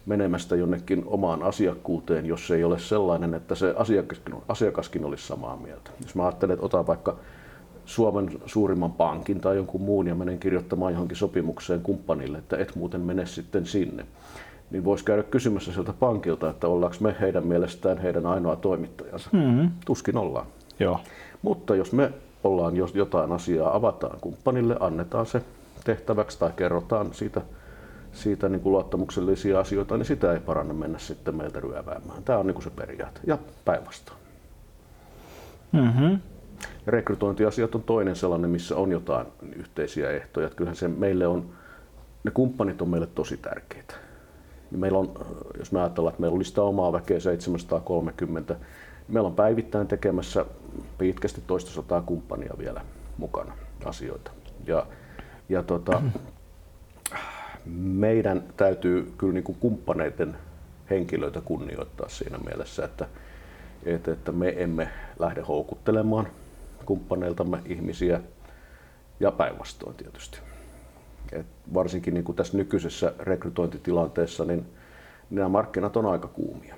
menemästä jonnekin omaan asiakkuuteen, jos ei ole sellainen, että se asiakaskin, asiakaskin olisi samaa mieltä. Jos mä ajattelen, että otan vaikka Suomen suurimman pankin tai jonkun muun ja menen kirjoittamaan johonkin sopimukseen kumppanille, että et muuten mene sitten sinne, niin voisi käydä kysymässä sieltä pankilta, että ollaanko me heidän mielestään heidän ainoa toimittajansa. Mm-hmm. Tuskin ollaan. Joo. Mutta jos me ollaan, jos jotain asiaa avataan kumppanille, annetaan se tehtäväksi tai kerrotaan siitä, siitä niin kuin luottamuksellisia asioita, niin sitä ei paranna mennä sitten meiltä ryöväämään. Tämä on niin kuin se periaate. Ja päinvastoin. Mm-hmm. Rekrytointiasiat on toinen sellainen, missä on jotain yhteisiä ehtoja. Kyllähän se meille on, ne kumppanit on meille tosi tärkeitä. Meillä on, jos me ajatellaan, että meillä olisi sitä omaa väkeä seitsemänsataakolmekymmentä, niin meillä on päivittäin tekemässä pitkästi toista sataa kumppania vielä mukana asioita. Ja, ja tota, meidän täytyy kyllä niin kuin kumppaneiden henkilöitä kunnioittaa siinä mielessä, että, että, että me emme lähde houkuttelemaan kumppaneiltamme ihmisiä ja päinvastoin tietysti. Et varsinkin niin kuin tässä nykyisessä rekrytointitilanteessa, niin nämä markkinat on aika kuumia.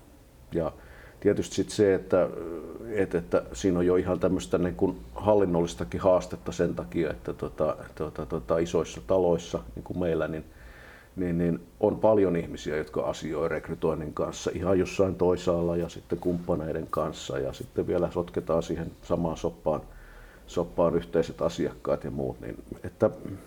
Ja tietysti sit se, että, että, että siinä on jo ihan tämmöistä niin kuin hallinnollistakin haastetta sen takia, että tota, tota, tota, isoissa taloissa, niin kuin meillä, niin, niin, niin on paljon ihmisiä, jotka asioi rekrytoinnin kanssa ihan jossain toisaalla ja sitten kumppaneiden kanssa ja sitten vielä sotketaan siihen samaan soppaan, soppaan yhteiset asiakkaat ja muut. Niin, että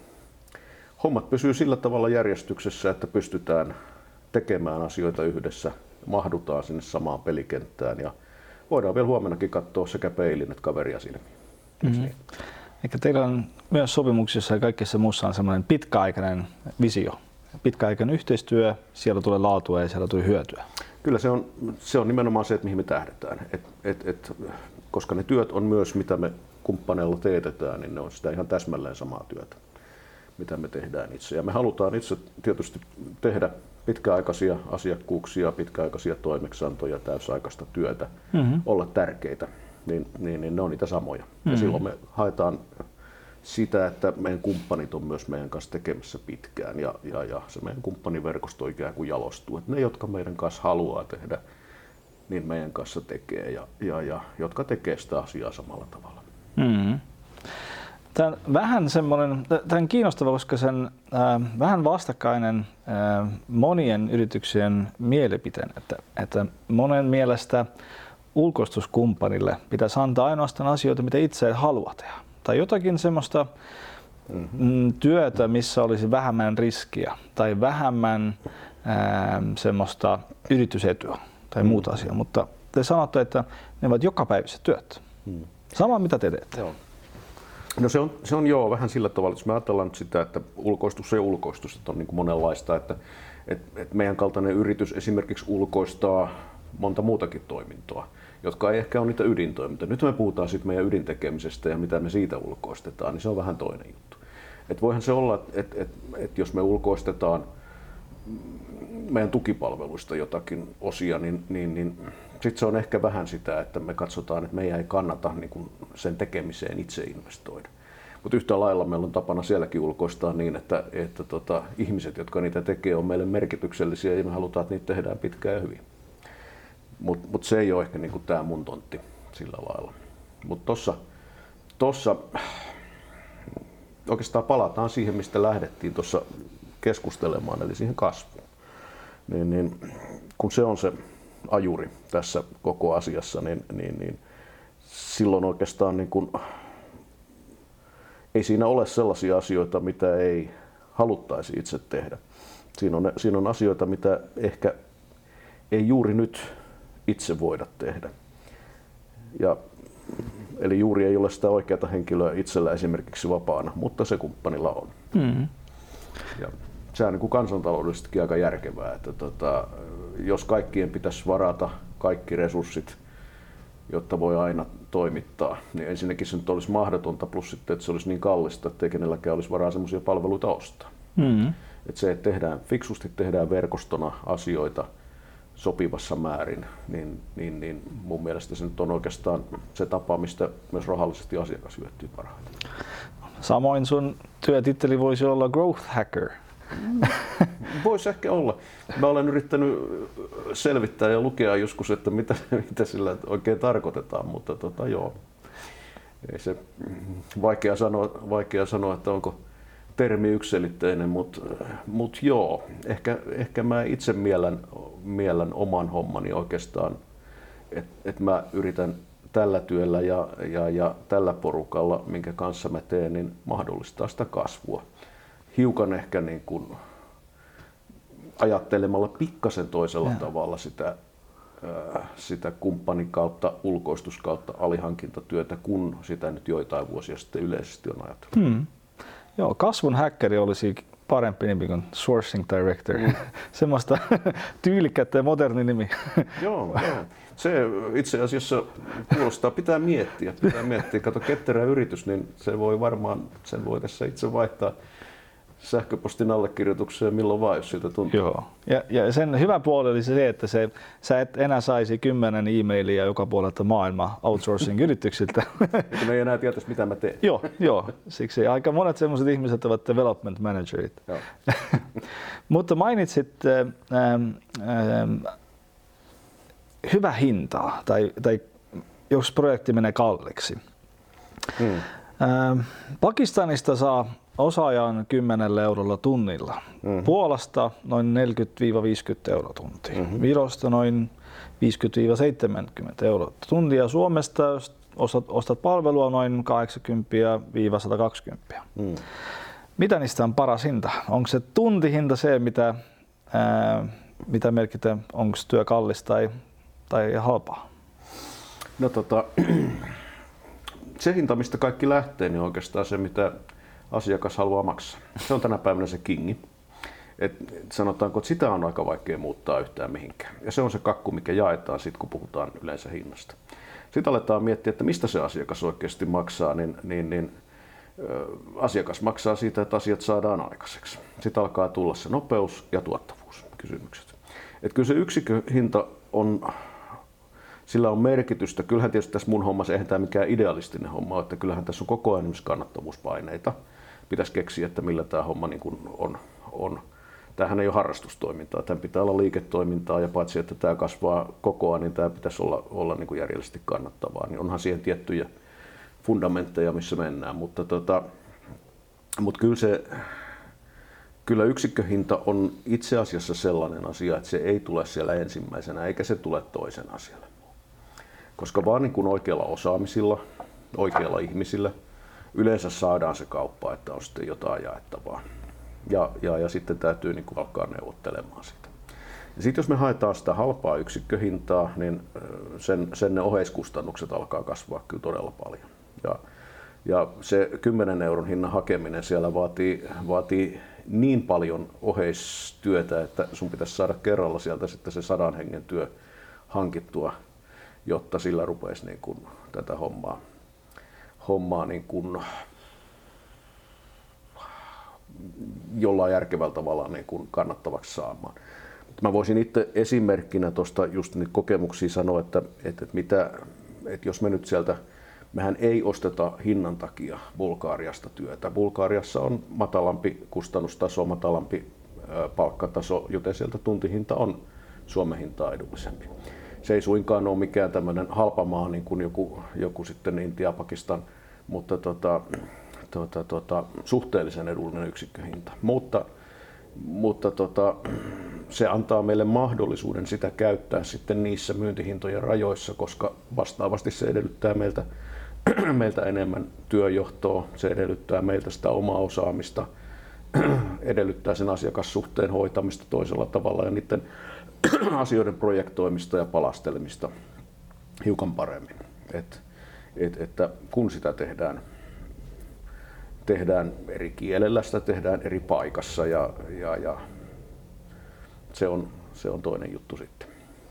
hommat pysyy sillä tavalla järjestyksessä, että pystytään tekemään asioita yhdessä, mahdutaan sinne samaan pelikenttään ja voidaan vielä huomennakin katsoa sekä peilin että kaveria silmiin. Mm-hmm. Niin? Eikä teillä on myös sopimuksissa ja kaikessa muussa on semmoinen pitkäaikainen visio, pitkäaikainen yhteistyö, siellä tulee laatua ja siellä tulee hyötyä. Kyllä se on, se on nimenomaan se, että mihin me tähdetään. Et, et, et, koska ne työt on myös, mitä me kumppaneilla teetetään, niin ne on sitä ihan täsmälleen samaa työtä, mitä me tehdään itse. Ja me halutaan itse tietysti tehdä pitkäaikaisia asiakkuuksia, pitkäaikaisia toimeksiantoja, täysaikaista työtä, mm-hmm. olla tärkeitä, niin, niin, niin ne on niitä samoja. Mm-hmm. Ja silloin me haetaan sitä, että meidän kumppanit on myös meidän kanssa tekemässä pitkään ja, ja, ja se meidän kumppaniverkosto ikään kuin jalostuu. Että ne, jotka meidän kanssa haluaa tehdä, niin meidän kanssa tekee ja, ja, ja jotka tekee sitä asiaa samalla tavalla. Mm-hmm. Tämä on vähän semmoinen, tämä on kiinnostava, koska sen äh, vähän vastakkainen äh, monien yrityksien mielipiteen, että, että monen mielestä ulkoistuskumppanille pitäisi antaa ainoastaan asioita, mitä itse haluaa tehdä. Tai jotakin semmoista mm-hmm. työtä, missä olisi vähemmän riskiä tai vähemmän äh, semmoista yritysetua tai mm-hmm. muuta asiaa. Mutta te sanotte, että ne ovat jokapäiväiset työt. Mm-hmm. Sama mitä te teette. Joo. No se on, se on joo vähän sillä tavalla, jos me ajatellaan nyt sitä, että ulkoistus ja ulkoistus on niin kuin monenlaista, että et, et meidän kaltainen yritys esimerkiksi ulkoistaa monta muutakin toimintoa, jotka ei ehkä ole niitä ydintoimintoja. Nyt me puhutaan sitten meidän ydintekemisestä ja mitä me siitä ulkoistetaan, niin se on vähän toinen juttu. Et voihan se olla, että et, et jos me ulkoistetaan meidän tukipalveluista jotakin osia, niin, niin, niin sitten se on ehkä vähän sitä, että me katsotaan, että meidän ei kannata niin kuin sen tekemiseen itse investoida. Mutta yhtä lailla meillä on tapana sielläkin ulkoistaa niin, että, että tota, ihmiset, jotka niitä tekee, on meille merkityksellisiä ja me halutaan, että niitä tehdään pitkään ja hyvin. Mutta mut se ei ole ehkä niinku tämä mun tontti sillä lailla. Mutta tossa, tossa oikeastaan palataan siihen, mistä lähdettiin tuossa keskustelemaan, eli siihen kasvuun. Niin, niin, kun se on se ajuri tässä koko asiassa, niin, niin, niin silloin oikeastaan niin kun, ei siinä ole sellaisia asioita, mitä ei haluttaisi itse tehdä. Siinä on, siinä on asioita, mitä ehkä ei juuri nyt itse voida tehdä. Ja, eli juuri ei ole sitä oikeaa henkilöä itsellä esimerkiksi vapaana, mutta se kumppanilla on. Mm-hmm. Ja se on niin kuin kansantaloudellisestikin aika järkevää, että tota, jos kaikkien pitäisi varata kaikki resurssit, jotta voi aina toimittaa, niin ensinnäkin se nyt olisi mahdotonta, plus sitten, että se olisi niin kallista, että ei kenelläkään olisi varaa sellaisia palveluita ostaa. Mm-hmm. Että se, että tehdään, fiksusti tehdään verkostona asioita sopivassa määrin, niin, niin, niin mun mielestä se nyt on oikeastaan se tapa, mistä myös rahallisesti asiakas hyötyy parhaiten. Samoin sun työtitteli voisi olla growth hacker. Voisi ehkä olla. Mä olen yrittänyt selvittää ja lukea joskus, että mitä, mitä sillä oikein tarkoitetaan, mutta tota, joo. Ei se vaikea sanoa, vaikea sanoa, että onko termi yksiselitteinen, mutta mut joo. Ehkä, ehkä mä itse miellän, miellän oman hommani oikeastaan, että et mä yritän tällä työllä ja, ja, ja tällä porukalla, minkä kanssa mä teen, niin mahdollistaa sitä kasvua. Hiukan ehkä niin kuin ajattelemalla pikkasen toisella ja. tavalla sitä, sitä kumppanin kautta, ulkoistus kautta alihankintatyötä, kun sitä nyt joitain vuosia sitten yleisesti on ajateltu. Hmm. Joo, kasvun häkkäri olisi parempi nimi kuin Sourcing Director. Mm. Semmoista tyylikkättä ja moderni nimi. Joo, joo. Se itse asiassa kuulostaa, pitää miettiä. Pitää miettiä. Kato, ketterä yritys, niin se voi varmaan, sen voi tässä itse vaihtaa sähköpostin allekirjoitukseen milloin vaan, jos siltä tuntuu. Joo. Ja, ja sen hyvä puoli oli se, että se, sä et enää saisi kymmenen e-mailia joka puolelta maailmaa outsourcing-yrityksiltä. Että me ei enää tietäisi, mitä mä teen. Joo, joo. Siksi aika monet sellaiset ihmiset ovat development managerit. Mutta mainitsit ähm, ähm, hyvä hintaa, tai, tai jos projekti menee kalliiksi. Hmm. Ähm, Pakistanista saa osaajan kymmenellä eurolla tunnilla. Mm-hmm. Puolasta noin neljäkymmentä viisikymmentä euroa tuntia. Mm-hmm. Virosta noin viisikymmentä seitsemänkymmentä euroa tuntia. Suomesta jos ostat, ostat palvelua noin kahdeksankymmentä sata kaksikymmentä. Mm. Mitä niistä on paras hinta? Onko se tuntihinta se, mitä, ää, mitä merkitään, onko työ kallis tai, tai halpaa? No tota, se hinta, mistä kaikki lähtee, niin oikeastaan se, mitä asiakas haluaa maksaa. Se on tänä päivänä se kingi. Et sanotaanko, että sitä on aika vaikea muuttaa yhtään mihinkään. Ja se on se kakku, mikä jaetaan sit, kun puhutaan yleensä hinnasta. Sitten aletaan miettiä, että mistä se asiakas oikeasti maksaa, niin, niin, niin ö, asiakas maksaa siitä, että asiat saadaan aikaiseksi. Sitten alkaa tulla se nopeus ja tuottavuus kysymykset. Et kyllä se yksikköhinta on, sillä on merkitystä. Kyllähän tietysti tässä mun hommassa eihän tämä mikään idealistinen homma, että kyllähän tässä on koko ajan esimerkiksi kannattavuuspaineita. Pitäisi keksiä, että millä tämä homma niin kuin on, on. Tämähän ei ole harrastustoimintaa, tämän pitää olla liiketoimintaa ja paitsi, että tämä kasvaa koko ajan, niin tämä pitäisi olla, olla niin kuin järjellisesti kannattavaa. Niin onhan siihen tiettyjä fundamentteja, missä mennään, mutta, tota, mutta kyllä, se, kyllä yksikköhinta on itse asiassa sellainen asia, että se ei tule siellä ensimmäisenä eikä se tule toisen asialle. Koska vaan niin kuin oikealla osaamisilla, oikeilla ihmisillä, yleensä saadaan se kauppa, että on sitten jotain jaettavaa. Ja, ja, ja sitten täytyy niin kuin alkaa neuvottelemaan sitä. Ja sitten jos me haetaan sitä halpaa yksikköhintaa, niin sen, sen ne oheiskustannukset alkaa kasvaa kyllä todella paljon. Ja, ja se kymmenen euron hinnan hakeminen siellä vaatii, vaatii niin paljon oheistyötä, että sun pitäisi saada kerralla sieltä sitten se sadan hengen työ hankittua, jotta sillä rupeisi niin kuin tätä hommaa, hommaa niin kuin jollain järkevällä tavalla niin kuin kannattavaksi saamaan. Mä voisin itse esimerkkinä tuosta just niitä kokemuksia sanoa, että, että, että, mitä, että jos me nyt sieltä, mehän ei osteta hinnan takia Bulgariasta työtä. Bulgariassa on matalampi kustannustaso, matalampi palkkataso, joten sieltä tuntihinta on Suomen hintaa edullisempi. Se ei suinkaan ole mikään tämmöinen halpa maa niin kuin joku, joku sitten Intia, Pakistan, mutta tota, tota, tota, suhteellisen edullinen yksikköhinta. Mutta, mutta tota, se antaa meille mahdollisuuden sitä käyttää sitten niissä myyntihintojen rajoissa, koska vastaavasti se edellyttää meiltä, meiltä enemmän työjohtoa, se edellyttää meiltä sitä omaa osaamista, edellyttää sen asiakassuhteen hoitamista toisella tavalla ja niiden asioiden projektoimista ja palastelemista hiukan paremmin. Et, et, että kun sitä tehdään, tehdään eri kielellä, sitä tehdään eri paikassa ja, ja, ja se, on, se on toinen juttu sitten.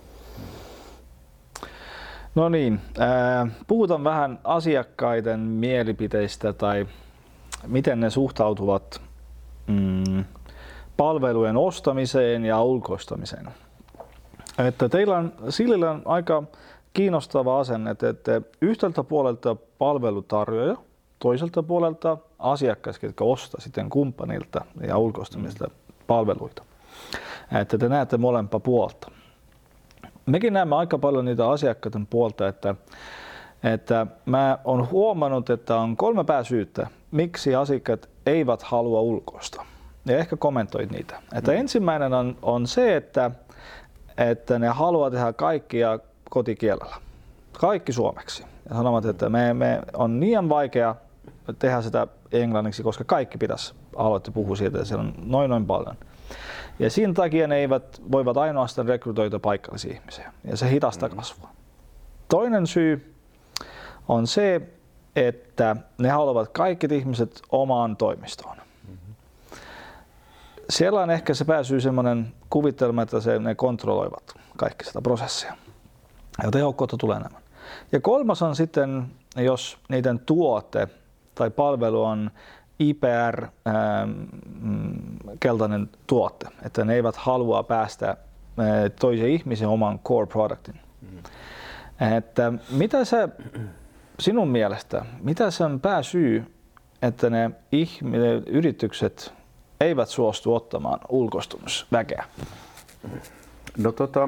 No niin, äh, puhutaan vähän asiakkaiden mielipiteistä tai miten ne suhtautuvat mm, palvelujen ostamiseen ja ulkoistamiseen. Että teillä on sillä on aika kiinnostava asenne, että yhdeltä puolelta palvelutarjoaja, toiselta puolelta asiakas, jotka ostaa sitten kumppanilta ja ulkoistamista palveluita. Että te näette molempaa puolta. Mekin näemme aika paljon niitä asiakkaiden puolta, että, että mä oon huomannut, että on kolme pääsyyttä, miksi asiakkaat eivät halua ulkoista. Ja ehkä kommentoit niitä. Että mm. ensimmäinen on, on se, että, että ne haluaa tehdä kaikkia kotikielellä. Kaikki suomeksi. Ja sanovat, että me, me on niin vaikea tehdä sitä englanniksi, koska kaikki pitäisi aloittaa puhua siitä, että siellä on noin noin paljon. Ja siinä takia ne eivät voivat ainoastaan rekrytoida paikallisia ihmisiä. Ja se hidastaa mm. kasvua. Toinen syy on se, että ne haluavat kaikki ihmiset omaan toimistoon. Mm-hmm. Siellä on ehkä se pääsyy semmoinen kuvittelma, että se, ne kontrolloivat kaikki sitä prosessia. Ja tehokkuutta tulee enemmän. Ja kolmas on sitten, jos niiden tuote tai palvelu on I P R ähm, keltainen tuote, että ne eivät halua päästä äh, toisen ihmisen oman core productin. Mm-hmm. Että mitä se sinun mielestä, mitä se on pääsyy, että ne ihminen, yritykset eivät suostu ottamaan ulkoistumisväkeä? No tota,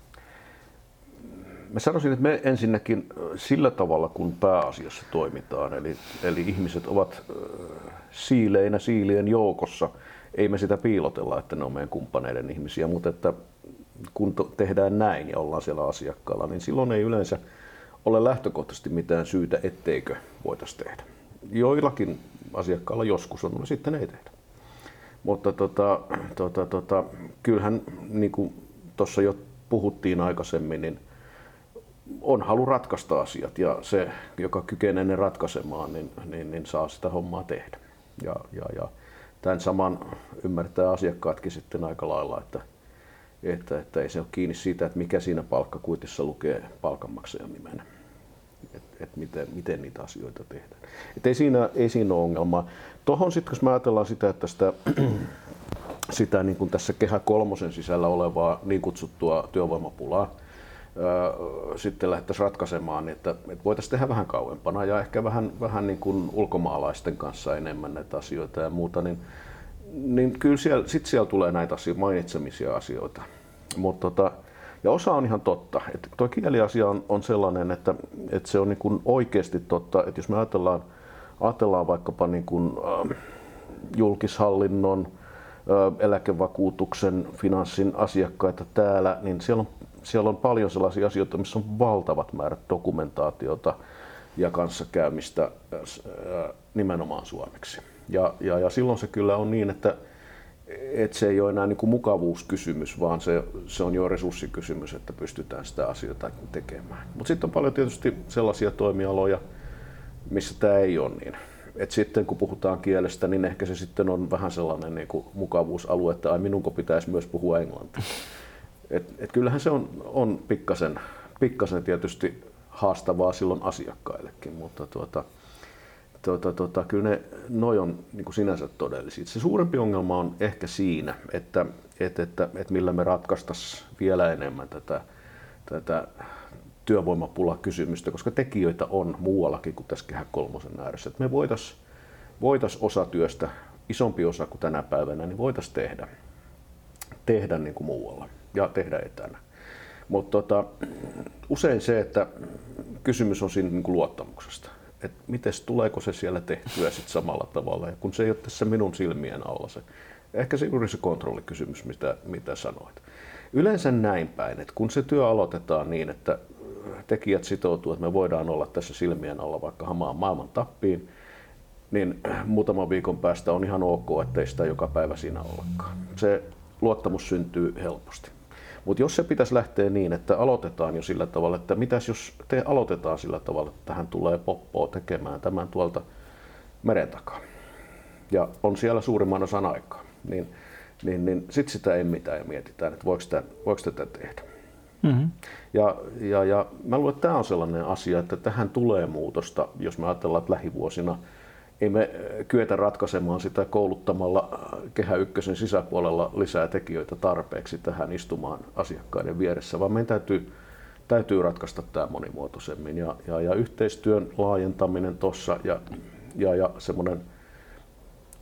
mä sanoisin, että me ensinnäkin sillä tavalla, kun pääasiassa toimitaan, eli, eli ihmiset ovat siileinä siilien joukossa, ei me sitä piilotella, että ne on meidän kumppaneiden ihmisiä, mutta että kun tehdään näin ja ollaan siellä asiakkaalla, niin silloin ei yleensä ole lähtökohtaisesti mitään syytä, etteikö voitaisiin tehdä. Joillakin asiakkailla joskus on, sitten ei tehdä. Mutta tota, tota, tota, kyllähän, niin kuin tuossa jo puhuttiin aikaisemmin, niin on halu ratkaista asiat ja se, joka kykenee ne ratkaisemaan, niin, niin, niin saa sitä hommaa tehdä. Ja, ja, ja tämän saman ymmärtää asiakkaatkin sitten aika lailla, että, että, että ei se ole kiinni siitä, että mikä siinä palkkakuitissa lukee palkanmaksajan nimenä. Että et miten, miten niitä asioita tehdään. Et ei, siinä, ei siinä ole ongelmaa. Tuohon sitten, jos me ajatellaan sitä, että sitä, sitä niin kuin tässä Kehä kolmosen sisällä olevaa niin kutsuttua työvoimapulaa, sitten lähdettäisiin ratkaisemaan, että, että voitaisiin tehdä vähän kauempana ja ehkä vähän, vähän niin kuin ulkomaalaisten kanssa enemmän näitä asioita ja muuta, niin, niin kyllä siellä, sit siellä tulee näitä asioita, mainitsemisia asioita. Mut tota, ja osa on ihan totta. Että tuo kieliasia on, on sellainen, että, että se on niin kuin oikeasti totta, että jos me ajatellaan, ajatellaan vaikkapa niin kuin, äh, julkishallinnon, äh, eläkevakuutuksen, finanssin asiakkaita täällä, niin siellä on Siellä on paljon sellaisia asioita, missä on valtavat määrät dokumentaatiota ja kanssakäymistä nimenomaan suomeksi. Ja, ja, ja silloin se kyllä on niin, että, että se ei ole enää niin kuin mukavuuskysymys, vaan se, se on jo resurssikysymys, että pystytään sitä asioita tekemään. Mutta sitten on paljon tietysti sellaisia toimialoja, missä tämä ei ole niin. Et sitten kun puhutaan kielestä, niin ehkä se sitten on vähän sellainen niin kuin mukavuusalue, että ai minunko pitäisi myös puhua englantia. Et, et kyllähän se on, on pikkasen, pikkasen tietysti haastavaa silloin asiakkaillekin, mutta tuota, tuota, tuota, kyllä ne noi on niin kuin sinänsä todellisia. Se suurempi ongelma on ehkä siinä, että, että, että, että millä me ratkaistaisiin vielä enemmän tätä, tätä työvoimapulakysymystä, koska tekijöitä on muuallakin kuin tässä Kehä kolmosen ääressä. Että me voitaisiin voitais osa työstä, isompi osa kuin tänä päivänä, niin voitaisiin tehdä, tehdä niin kuin muualla ja tehdä etänä. Mutta tota, usein se, että kysymys on siinä niin kuin luottamuksesta. Että mites, tuleeko se siellä tehtyä sit samalla tavalla, ja kun se ei ole tässä minun silmien alla se. Ehkä se juuri se kontrollikysymys, mitä, mitä sanoit. Yleensä näin päin, että kun se työ aloitetaan niin, että tekijät sitoutuu, että me voidaan olla tässä silmien alla vaikka hamaan maailman tappiin, niin muutaman viikon päästä on ihan ok, ettei sitä joka päivä siinä ollakaan. Se luottamus syntyy helposti. Mutta jos se pitäisi lähteä niin, että aloitetaan jo sillä tavalla, että mitäs jos te aloitetaan sillä tavalla, että tähän tulee poppoa tekemään tämän tuolta meren takaa ja on siellä suurimman osan aikaa, niin, niin, niin sitten sitä ei mitään ja mietitään, että voiko, tämä, voiko tätä tehdä. Mm-hmm. Ja, ja, ja mä luulen, että tämä on sellainen asia, että tähän tulee muutosta, jos me ajatellaan, että lähivuosina ei me kyetä ratkaisemaan sitä kouluttamalla Kehä ykkösen sisäpuolella lisää tekijöitä tarpeeksi tähän istumaan asiakkaiden vieressä, vaan meidän täytyy, täytyy ratkaista tämä monimuotoisemmin. Ja, ja, ja yhteistyön laajentaminen tuossa ja, ja, ja semmoinen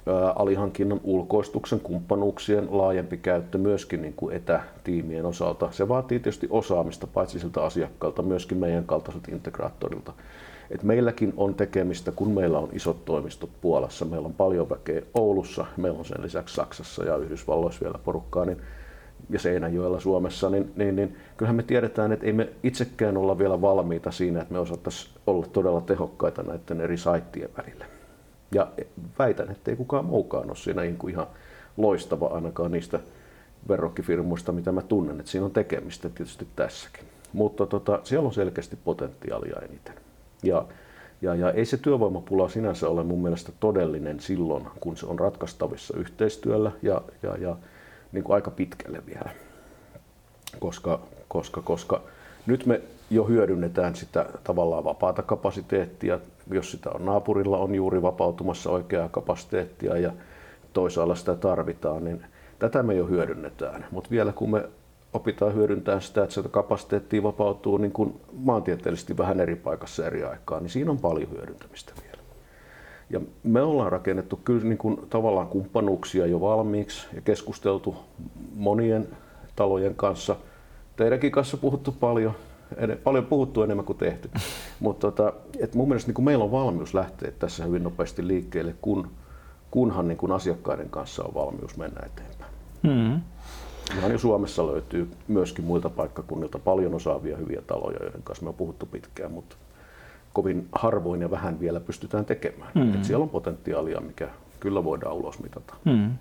alihankinnan, ulkoistuksen, kumppanuuksien laajempi käyttö myöskin niin kuin etätiimien osalta. Se vaatii tietysti osaamista paitsi siltä asiakkaalta, myöskin meidän kaltaiselta integraattorilta. Et meilläkin on tekemistä, kun meillä on isot toimistot Puolassa, meillä on paljon väkeä Oulussa, meillä on sen lisäksi Saksassa ja Yhdysvalloissa vielä porukkaa, niin, ja Seinäjoella Suomessa, niin, niin, niin kyllähän me tiedetään, että ei me itsekään olla vielä valmiita siinä, että me osattaisiin olla todella tehokkaita näiden eri saittien välillä. Ja väitän, että ei kukaan muukaan ole siinä ihan loistava ainakaan niistä verrokkifirmoista, mitä mä tunnen, että siinä on tekemistä tietysti tässäkin. Mutta tota, siellä on selkeästi potentiaalia eniten. Ja, ja, ja ei se työvoimapula sinänsä ole mun mielestä todellinen silloin, kun se on ratkaistavissa yhteistyöllä ja, ja, ja niin kuin aika pitkälle vielä. Koska, koska, koska nyt me jo hyödynnetään sitä tavallaan vapaata kapasiteettia, jos sitä on naapurilla on juuri vapautumassa oikeaa kapasiteettia ja toisaalla sitä tarvitaan, niin tätä me jo hyödynnetään. Mutta vielä kun me opitaan hyödyntämään sitä, että sitä kapasiteettia vapautuu niin kuin maantieteellisesti vähän eri paikassa eri aikaa, niin siinä on paljon hyödyntämistä vielä. Ja me ollaan rakennettu kyllä niin kuin tavallaan kumppanuuksia jo valmiiksi ja keskusteltu monien talojen kanssa. Teidänkin kanssa puhuttu paljon, paljon puhuttu enemmän kuin tehty. Mutta tota, et mun mielestä niin kuin meillä on valmius lähteä tässä hyvin nopeasti liikkeelle, kun, kunhan niin kuin asiakkaiden kanssa on valmius mennä eteenpäin. Mm-hmm. Ihan jo Suomessa löytyy myöskin muilta paikkakunnilta paljon osaavia hyviä taloja, joiden kanssa me on puhuttu pitkään, mutta kovin harvoin ja vähän vielä pystytään tekemään. Mm-hmm. Et siellä on potentiaalia, mikä kyllä voidaan ulos mitata. Mm-hmm.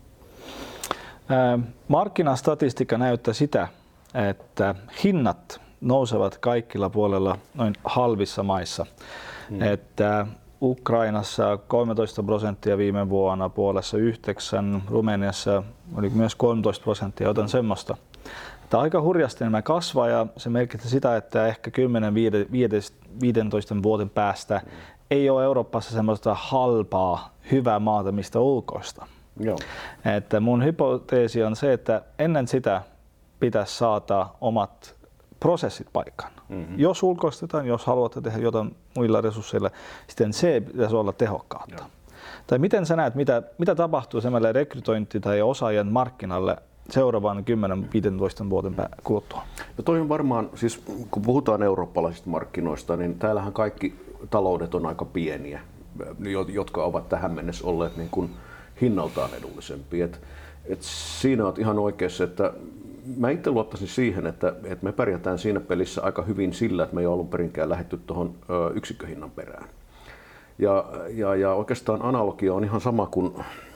Äh, markkinastatistiikka näyttää sitä, että hinnat nousevat kaikilla puolella noin halvissa maissa. Mm. Että Ukrainassa kolmetoista prosenttia viime vuonna, Puolassa yhdeksän, Rumeniassa oli myös kolmetoista prosenttia, joten semmoista. Että aika hurjasti nämä kasvaa ja se merkitsee sitä, että ehkä kymmenen viisitoista vuoden päästä mm. ei ole Euroopassa semmoista halpaa, hyvää maata, mistä ulkoista. Joo. Että mun hypoteesi on se, että ennen sitä pitäisi saada omat prosessit paikkaan. Mm-hmm. Jos ulkoistetaan, jos haluatte tehdä jotain muilla resursseilla, sitten se pitäisi olla tehokkaata. Joo. Tai miten sä näet, mitä, mitä tapahtuu semmoille rekrytointi- tai osaajien markkinalle seuraavan kymmenen viisitoista vuoden kuluttua? No toi on varmaan, siis kun puhutaan eurooppalaisista markkinoista, niin täällähän kaikki taloudet on aika pieniä, jotka ovat tähän mennessä olleet niin kuin hinnaltaan edullisempia. Et, et siinä olet ihan oikeassa, että mä itse luottaisin siihen, että, että me pärjätään siinä pelissä aika hyvin sillä, että me ei ole alun perinkään lähdetty tuohon yksikköhinnan perään. Ja, ja, ja oikeastaan analogia on ihan sama kuin,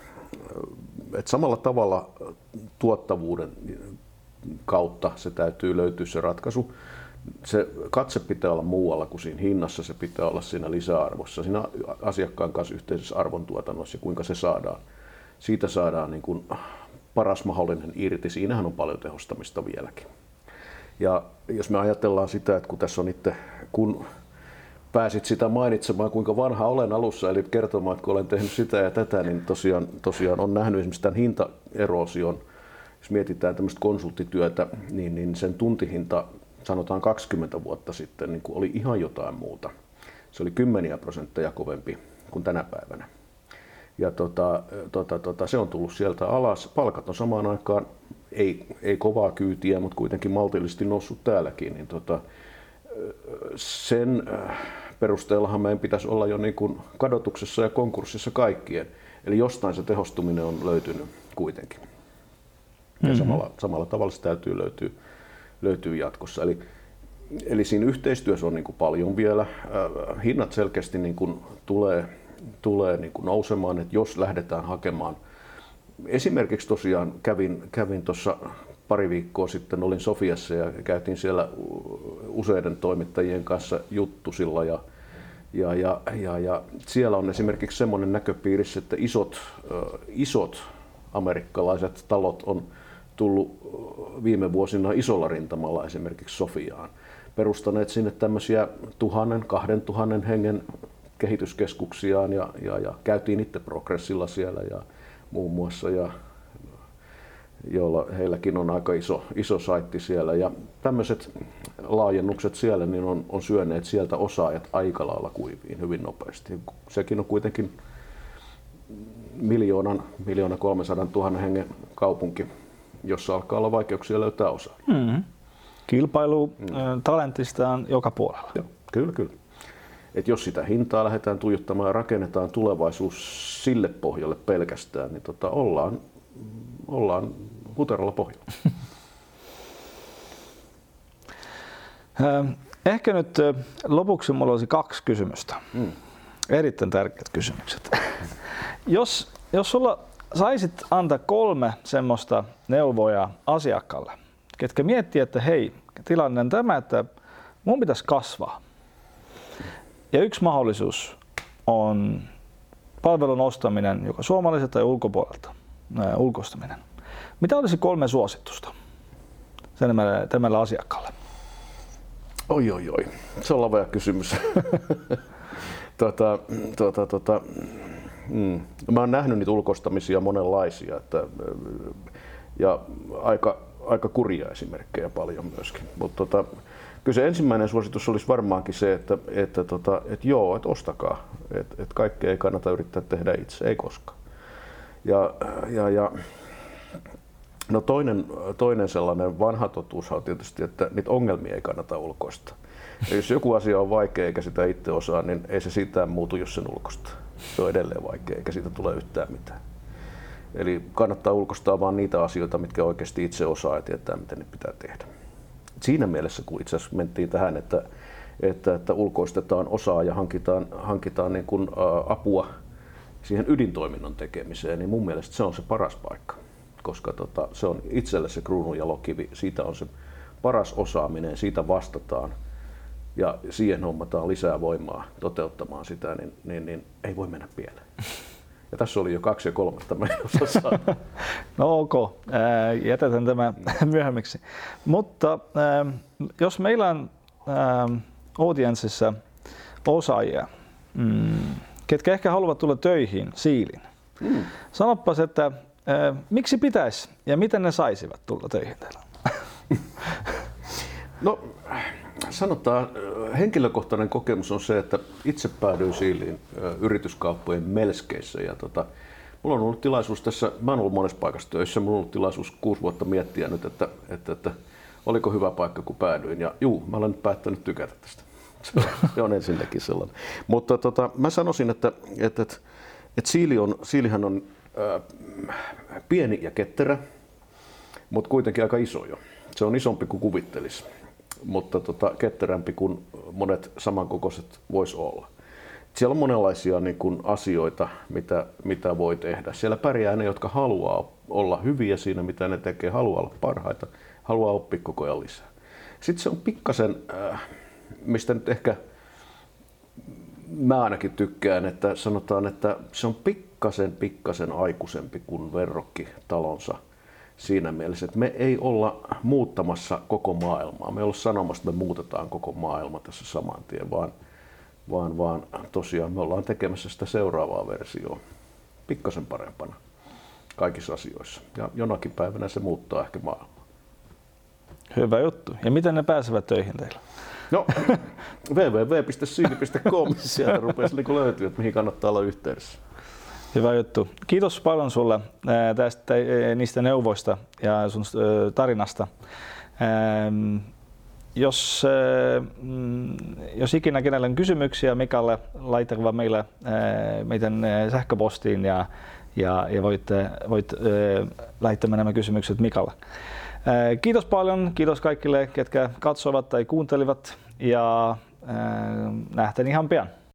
että samalla tavalla tuottavuuden kautta se täytyy löytyä se ratkaisu. Se katse pitää olla muualla kuin siinä hinnassa, se pitää olla siinä lisäarvossa, siinä asiakkaan kanssa yhteisessä arvontuotannossa ja kuinka se saadaan. Siitä saadaan niin kuin paras mahdollinen irti. Siinähän on paljon tehostamista vieläkin. Ja jos me ajatellaan sitä, että kun tässä on itse, kun pääsit sitä mainitsemaan, kuinka vanha olen alussa, eli kertomaan, että kun olen tehnyt sitä ja tätä, niin tosiaan, tosiaan on nähnyt esimerkiksi tämän hintaeroosion. Jos mietitään tämmöistä konsulttityötä, niin, niin sen tuntihinta sanotaan kaksikymmentä vuotta sitten niin kuin oli ihan jotain muuta. Se oli kymmeniä prosentteja kovempi kuin tänä päivänä. Ja tota, tota, tota, se on tullut sieltä alas. Palkat on samaan aikaan, ei, ei kovaa kyytiä, mutta kuitenkin maltillisesti noussut täälläkin. Niin tota, sen perusteellahan meidän pitäisi olla jo niin kuin kadotuksessa ja konkurssissa kaikkien. Eli jostain se tehostuminen on löytynyt kuitenkin. Ja mm-hmm. samalla, samalla tavalla se täytyy löytyä, löytyä jatkossa. Eli, eli siinä yhteistyössä on niin kuin paljon vielä. Äh, hinnat selkeästi niin kuin tulee, tulee niin kuin nousemaan, että jos lähdetään hakemaan. Esimerkiksi tosiaan kävin, kävin tuossa pari viikkoa sitten, olin Sofiassa ja käytiin siellä useiden toimittajien kanssa juttusilla. Ja, ja, ja, ja, ja siellä on esimerkiksi semmoinen näköpiirissä, että isot, äh, isot amerikkalaiset talot on tullut viime vuosina isolla rintamalla esimerkiksi Sofiaan. Perustaneet sinne tämmöisiä tuhannen, kahden tuhannen hengen kehityskeskuksiaan ja, ja, ja käytiin itse Progressilla siellä ja muun muassa, ja, joilla heilläkin on aika iso, iso saitti siellä. Ja tämmöiset laajennukset siellä niin on, on syöneet sieltä osaajat aika lailla kuiviin hyvin nopeasti. Sekin on kuitenkin miljoonan, miljoona kolmesadan tuhannen hengen kaupunki, jossa alkaa olla vaikeuksia löytää osaa. Mm-hmm. Kilpailu mm. talentista on joka puolella. Joo, kyllä, kyllä. Et jos sitä hintaa lähdetään tuijottamaan ja rakennetaan tulevaisuus sille pohjalle pelkästään, niin tota, ollaan, ollaan huteralla pohjalla. Ehkä nyt lopuksi minulla olisi kaksi kysymystä. Mm. Erittäin tärkeät kysymykset. jos, jos sulla saisit antaa kolme semmoista neuvoja asiakkaalle, ketkä miettii, että hei, tilanne on tämä, että mun pitäisi kasvaa. Ja yksi mahdollisuus on palvelun ostaminen, joko suomalaiselta tai ulkopuolelta, ää, ulkoistaminen. Mitä olisi kolme suositusta tämälle, tämälle asiakkaalle? Oi, oi, oi. Se on lavea kysymys. tuota, tuota, tuota, mm. Mä oon nähnyt niitä ulkoistamisia monenlaisia että, ja aika, aika kurjia esimerkkejä paljon myöskin. Mut, tuota, kyllä se ensimmäinen suositus olisi varmaankin se, että, että, että, että joo, että ostakaa. Että, että kaikkea ei kannata yrittää tehdä itse, ei koskaan. Ja, ja, ja, no toinen, toinen sellainen vanha totuus on tietysti, että niitä ongelmia ei kannata ulkoistaa. Ja jos joku asia on vaikea eikä sitä itse osaa, niin ei se siitä muutu, jos sen ulkoistaa. Se on edelleen vaikea eikä siitä tule yhtään mitään. Eli kannattaa ulkoistaa vain niitä asioita, mitkä oikeasti itse osaa ja tietää, miten ne pitää tehdä. Siinä mielessä, kun itse asiassa mentiin tähän, että, että, että ulkoistetaan osaa ja hankitaan, hankitaan niin kuin, ä, apua siihen ydintoiminnon tekemiseen, niin mun mielestä se on se paras paikka. Koska tota, se on itselle se kruununjalokivi, siitä on se paras osaaminen, siitä vastataan ja siihen hommataan lisää voimaa toteuttamaan sitä, niin, niin, niin ei voi mennä pieleen. Ja tässä oli jo kaksi ja kolmatta, mä en osaa saada. No ok, ää, jätetään tämä myöhemmiksi. Mutta ää, jos meillä on ää, audienssissa osaajia, mm, ketkä ehkä haluavat tulla töihin Siiliin, mm. sanopas, että ää, miksi pitäisi ja miten ne saisivat tulla töihin täällä? No sanotaan, henkilökohtainen kokemus on se, että itse päädyin Siiliin yrityskauppojen melskeissä. Ja tota, mulla on ollut tilaisuus tässä, mä oon ollut monessa paikassa töissä, mulla on ollut tilaisuus kuusi vuotta miettiä nyt, että, että, että oliko hyvä paikka kun päädyin. Ja juu, mä olen nyt päättänyt tykätä tästä. Se on ensinnäkin sellainen. Mutta tota, mä sanoisin, että, että, että, että Siili on, Siilihän on ää, pieni ja ketterä, mutta kuitenkin aika iso jo. Se on isompi kuin kuvittelisi, mutta tota, ketterämpi kuin monet samankokoiset vois olla. Siellä on monenlaisia niin kuin, asioita, mitä, mitä voi tehdä. Siellä pärjää ne, jotka haluaa olla hyviä siinä, mitä ne tekee, haluaa olla parhaita, haluaa oppia koko ajan lisää. Sitten se on pikkasen, äh, mistä nyt ehkä mä ainakin tykkään, että sanotaan, että se on pikkasen, pikkasen aikuisempi kuin verrokkitalonsa. Siinä mielessä, että me ei olla muuttamassa koko maailmaa. Me ei olla sanomassa, että me muutetaan koko maailma tässä saman tien, vaan, vaan, vaan tosiaan me ollaan tekemässä sitä seuraavaa versioa pikkasen parempana kaikissa asioissa. Ja jonakin päivänä se muuttaa ehkä maailmaa. Hyvä juttu. Ja miten ne pääsevät töihin teillä? No, double-u double-u double-u piste siili piste com, sieltä rupesi niin löytyä, että mihin kannattaa olla yhteydessä. Hyvä juttu. Kiitos paljon sulle tästä, niistä neuvoista ja sun tarinasta. Jos, jos ikinä kenellä on kysymyksiä Mikalle, laittakaa meille meidän sähköpostiin ja, ja, ja voit, voit laittaa nämä kysymykset Mikalle. Kiitos paljon, kiitos kaikille, ketkä katsovat tai kuuntelivat ja nähdään ihan pian.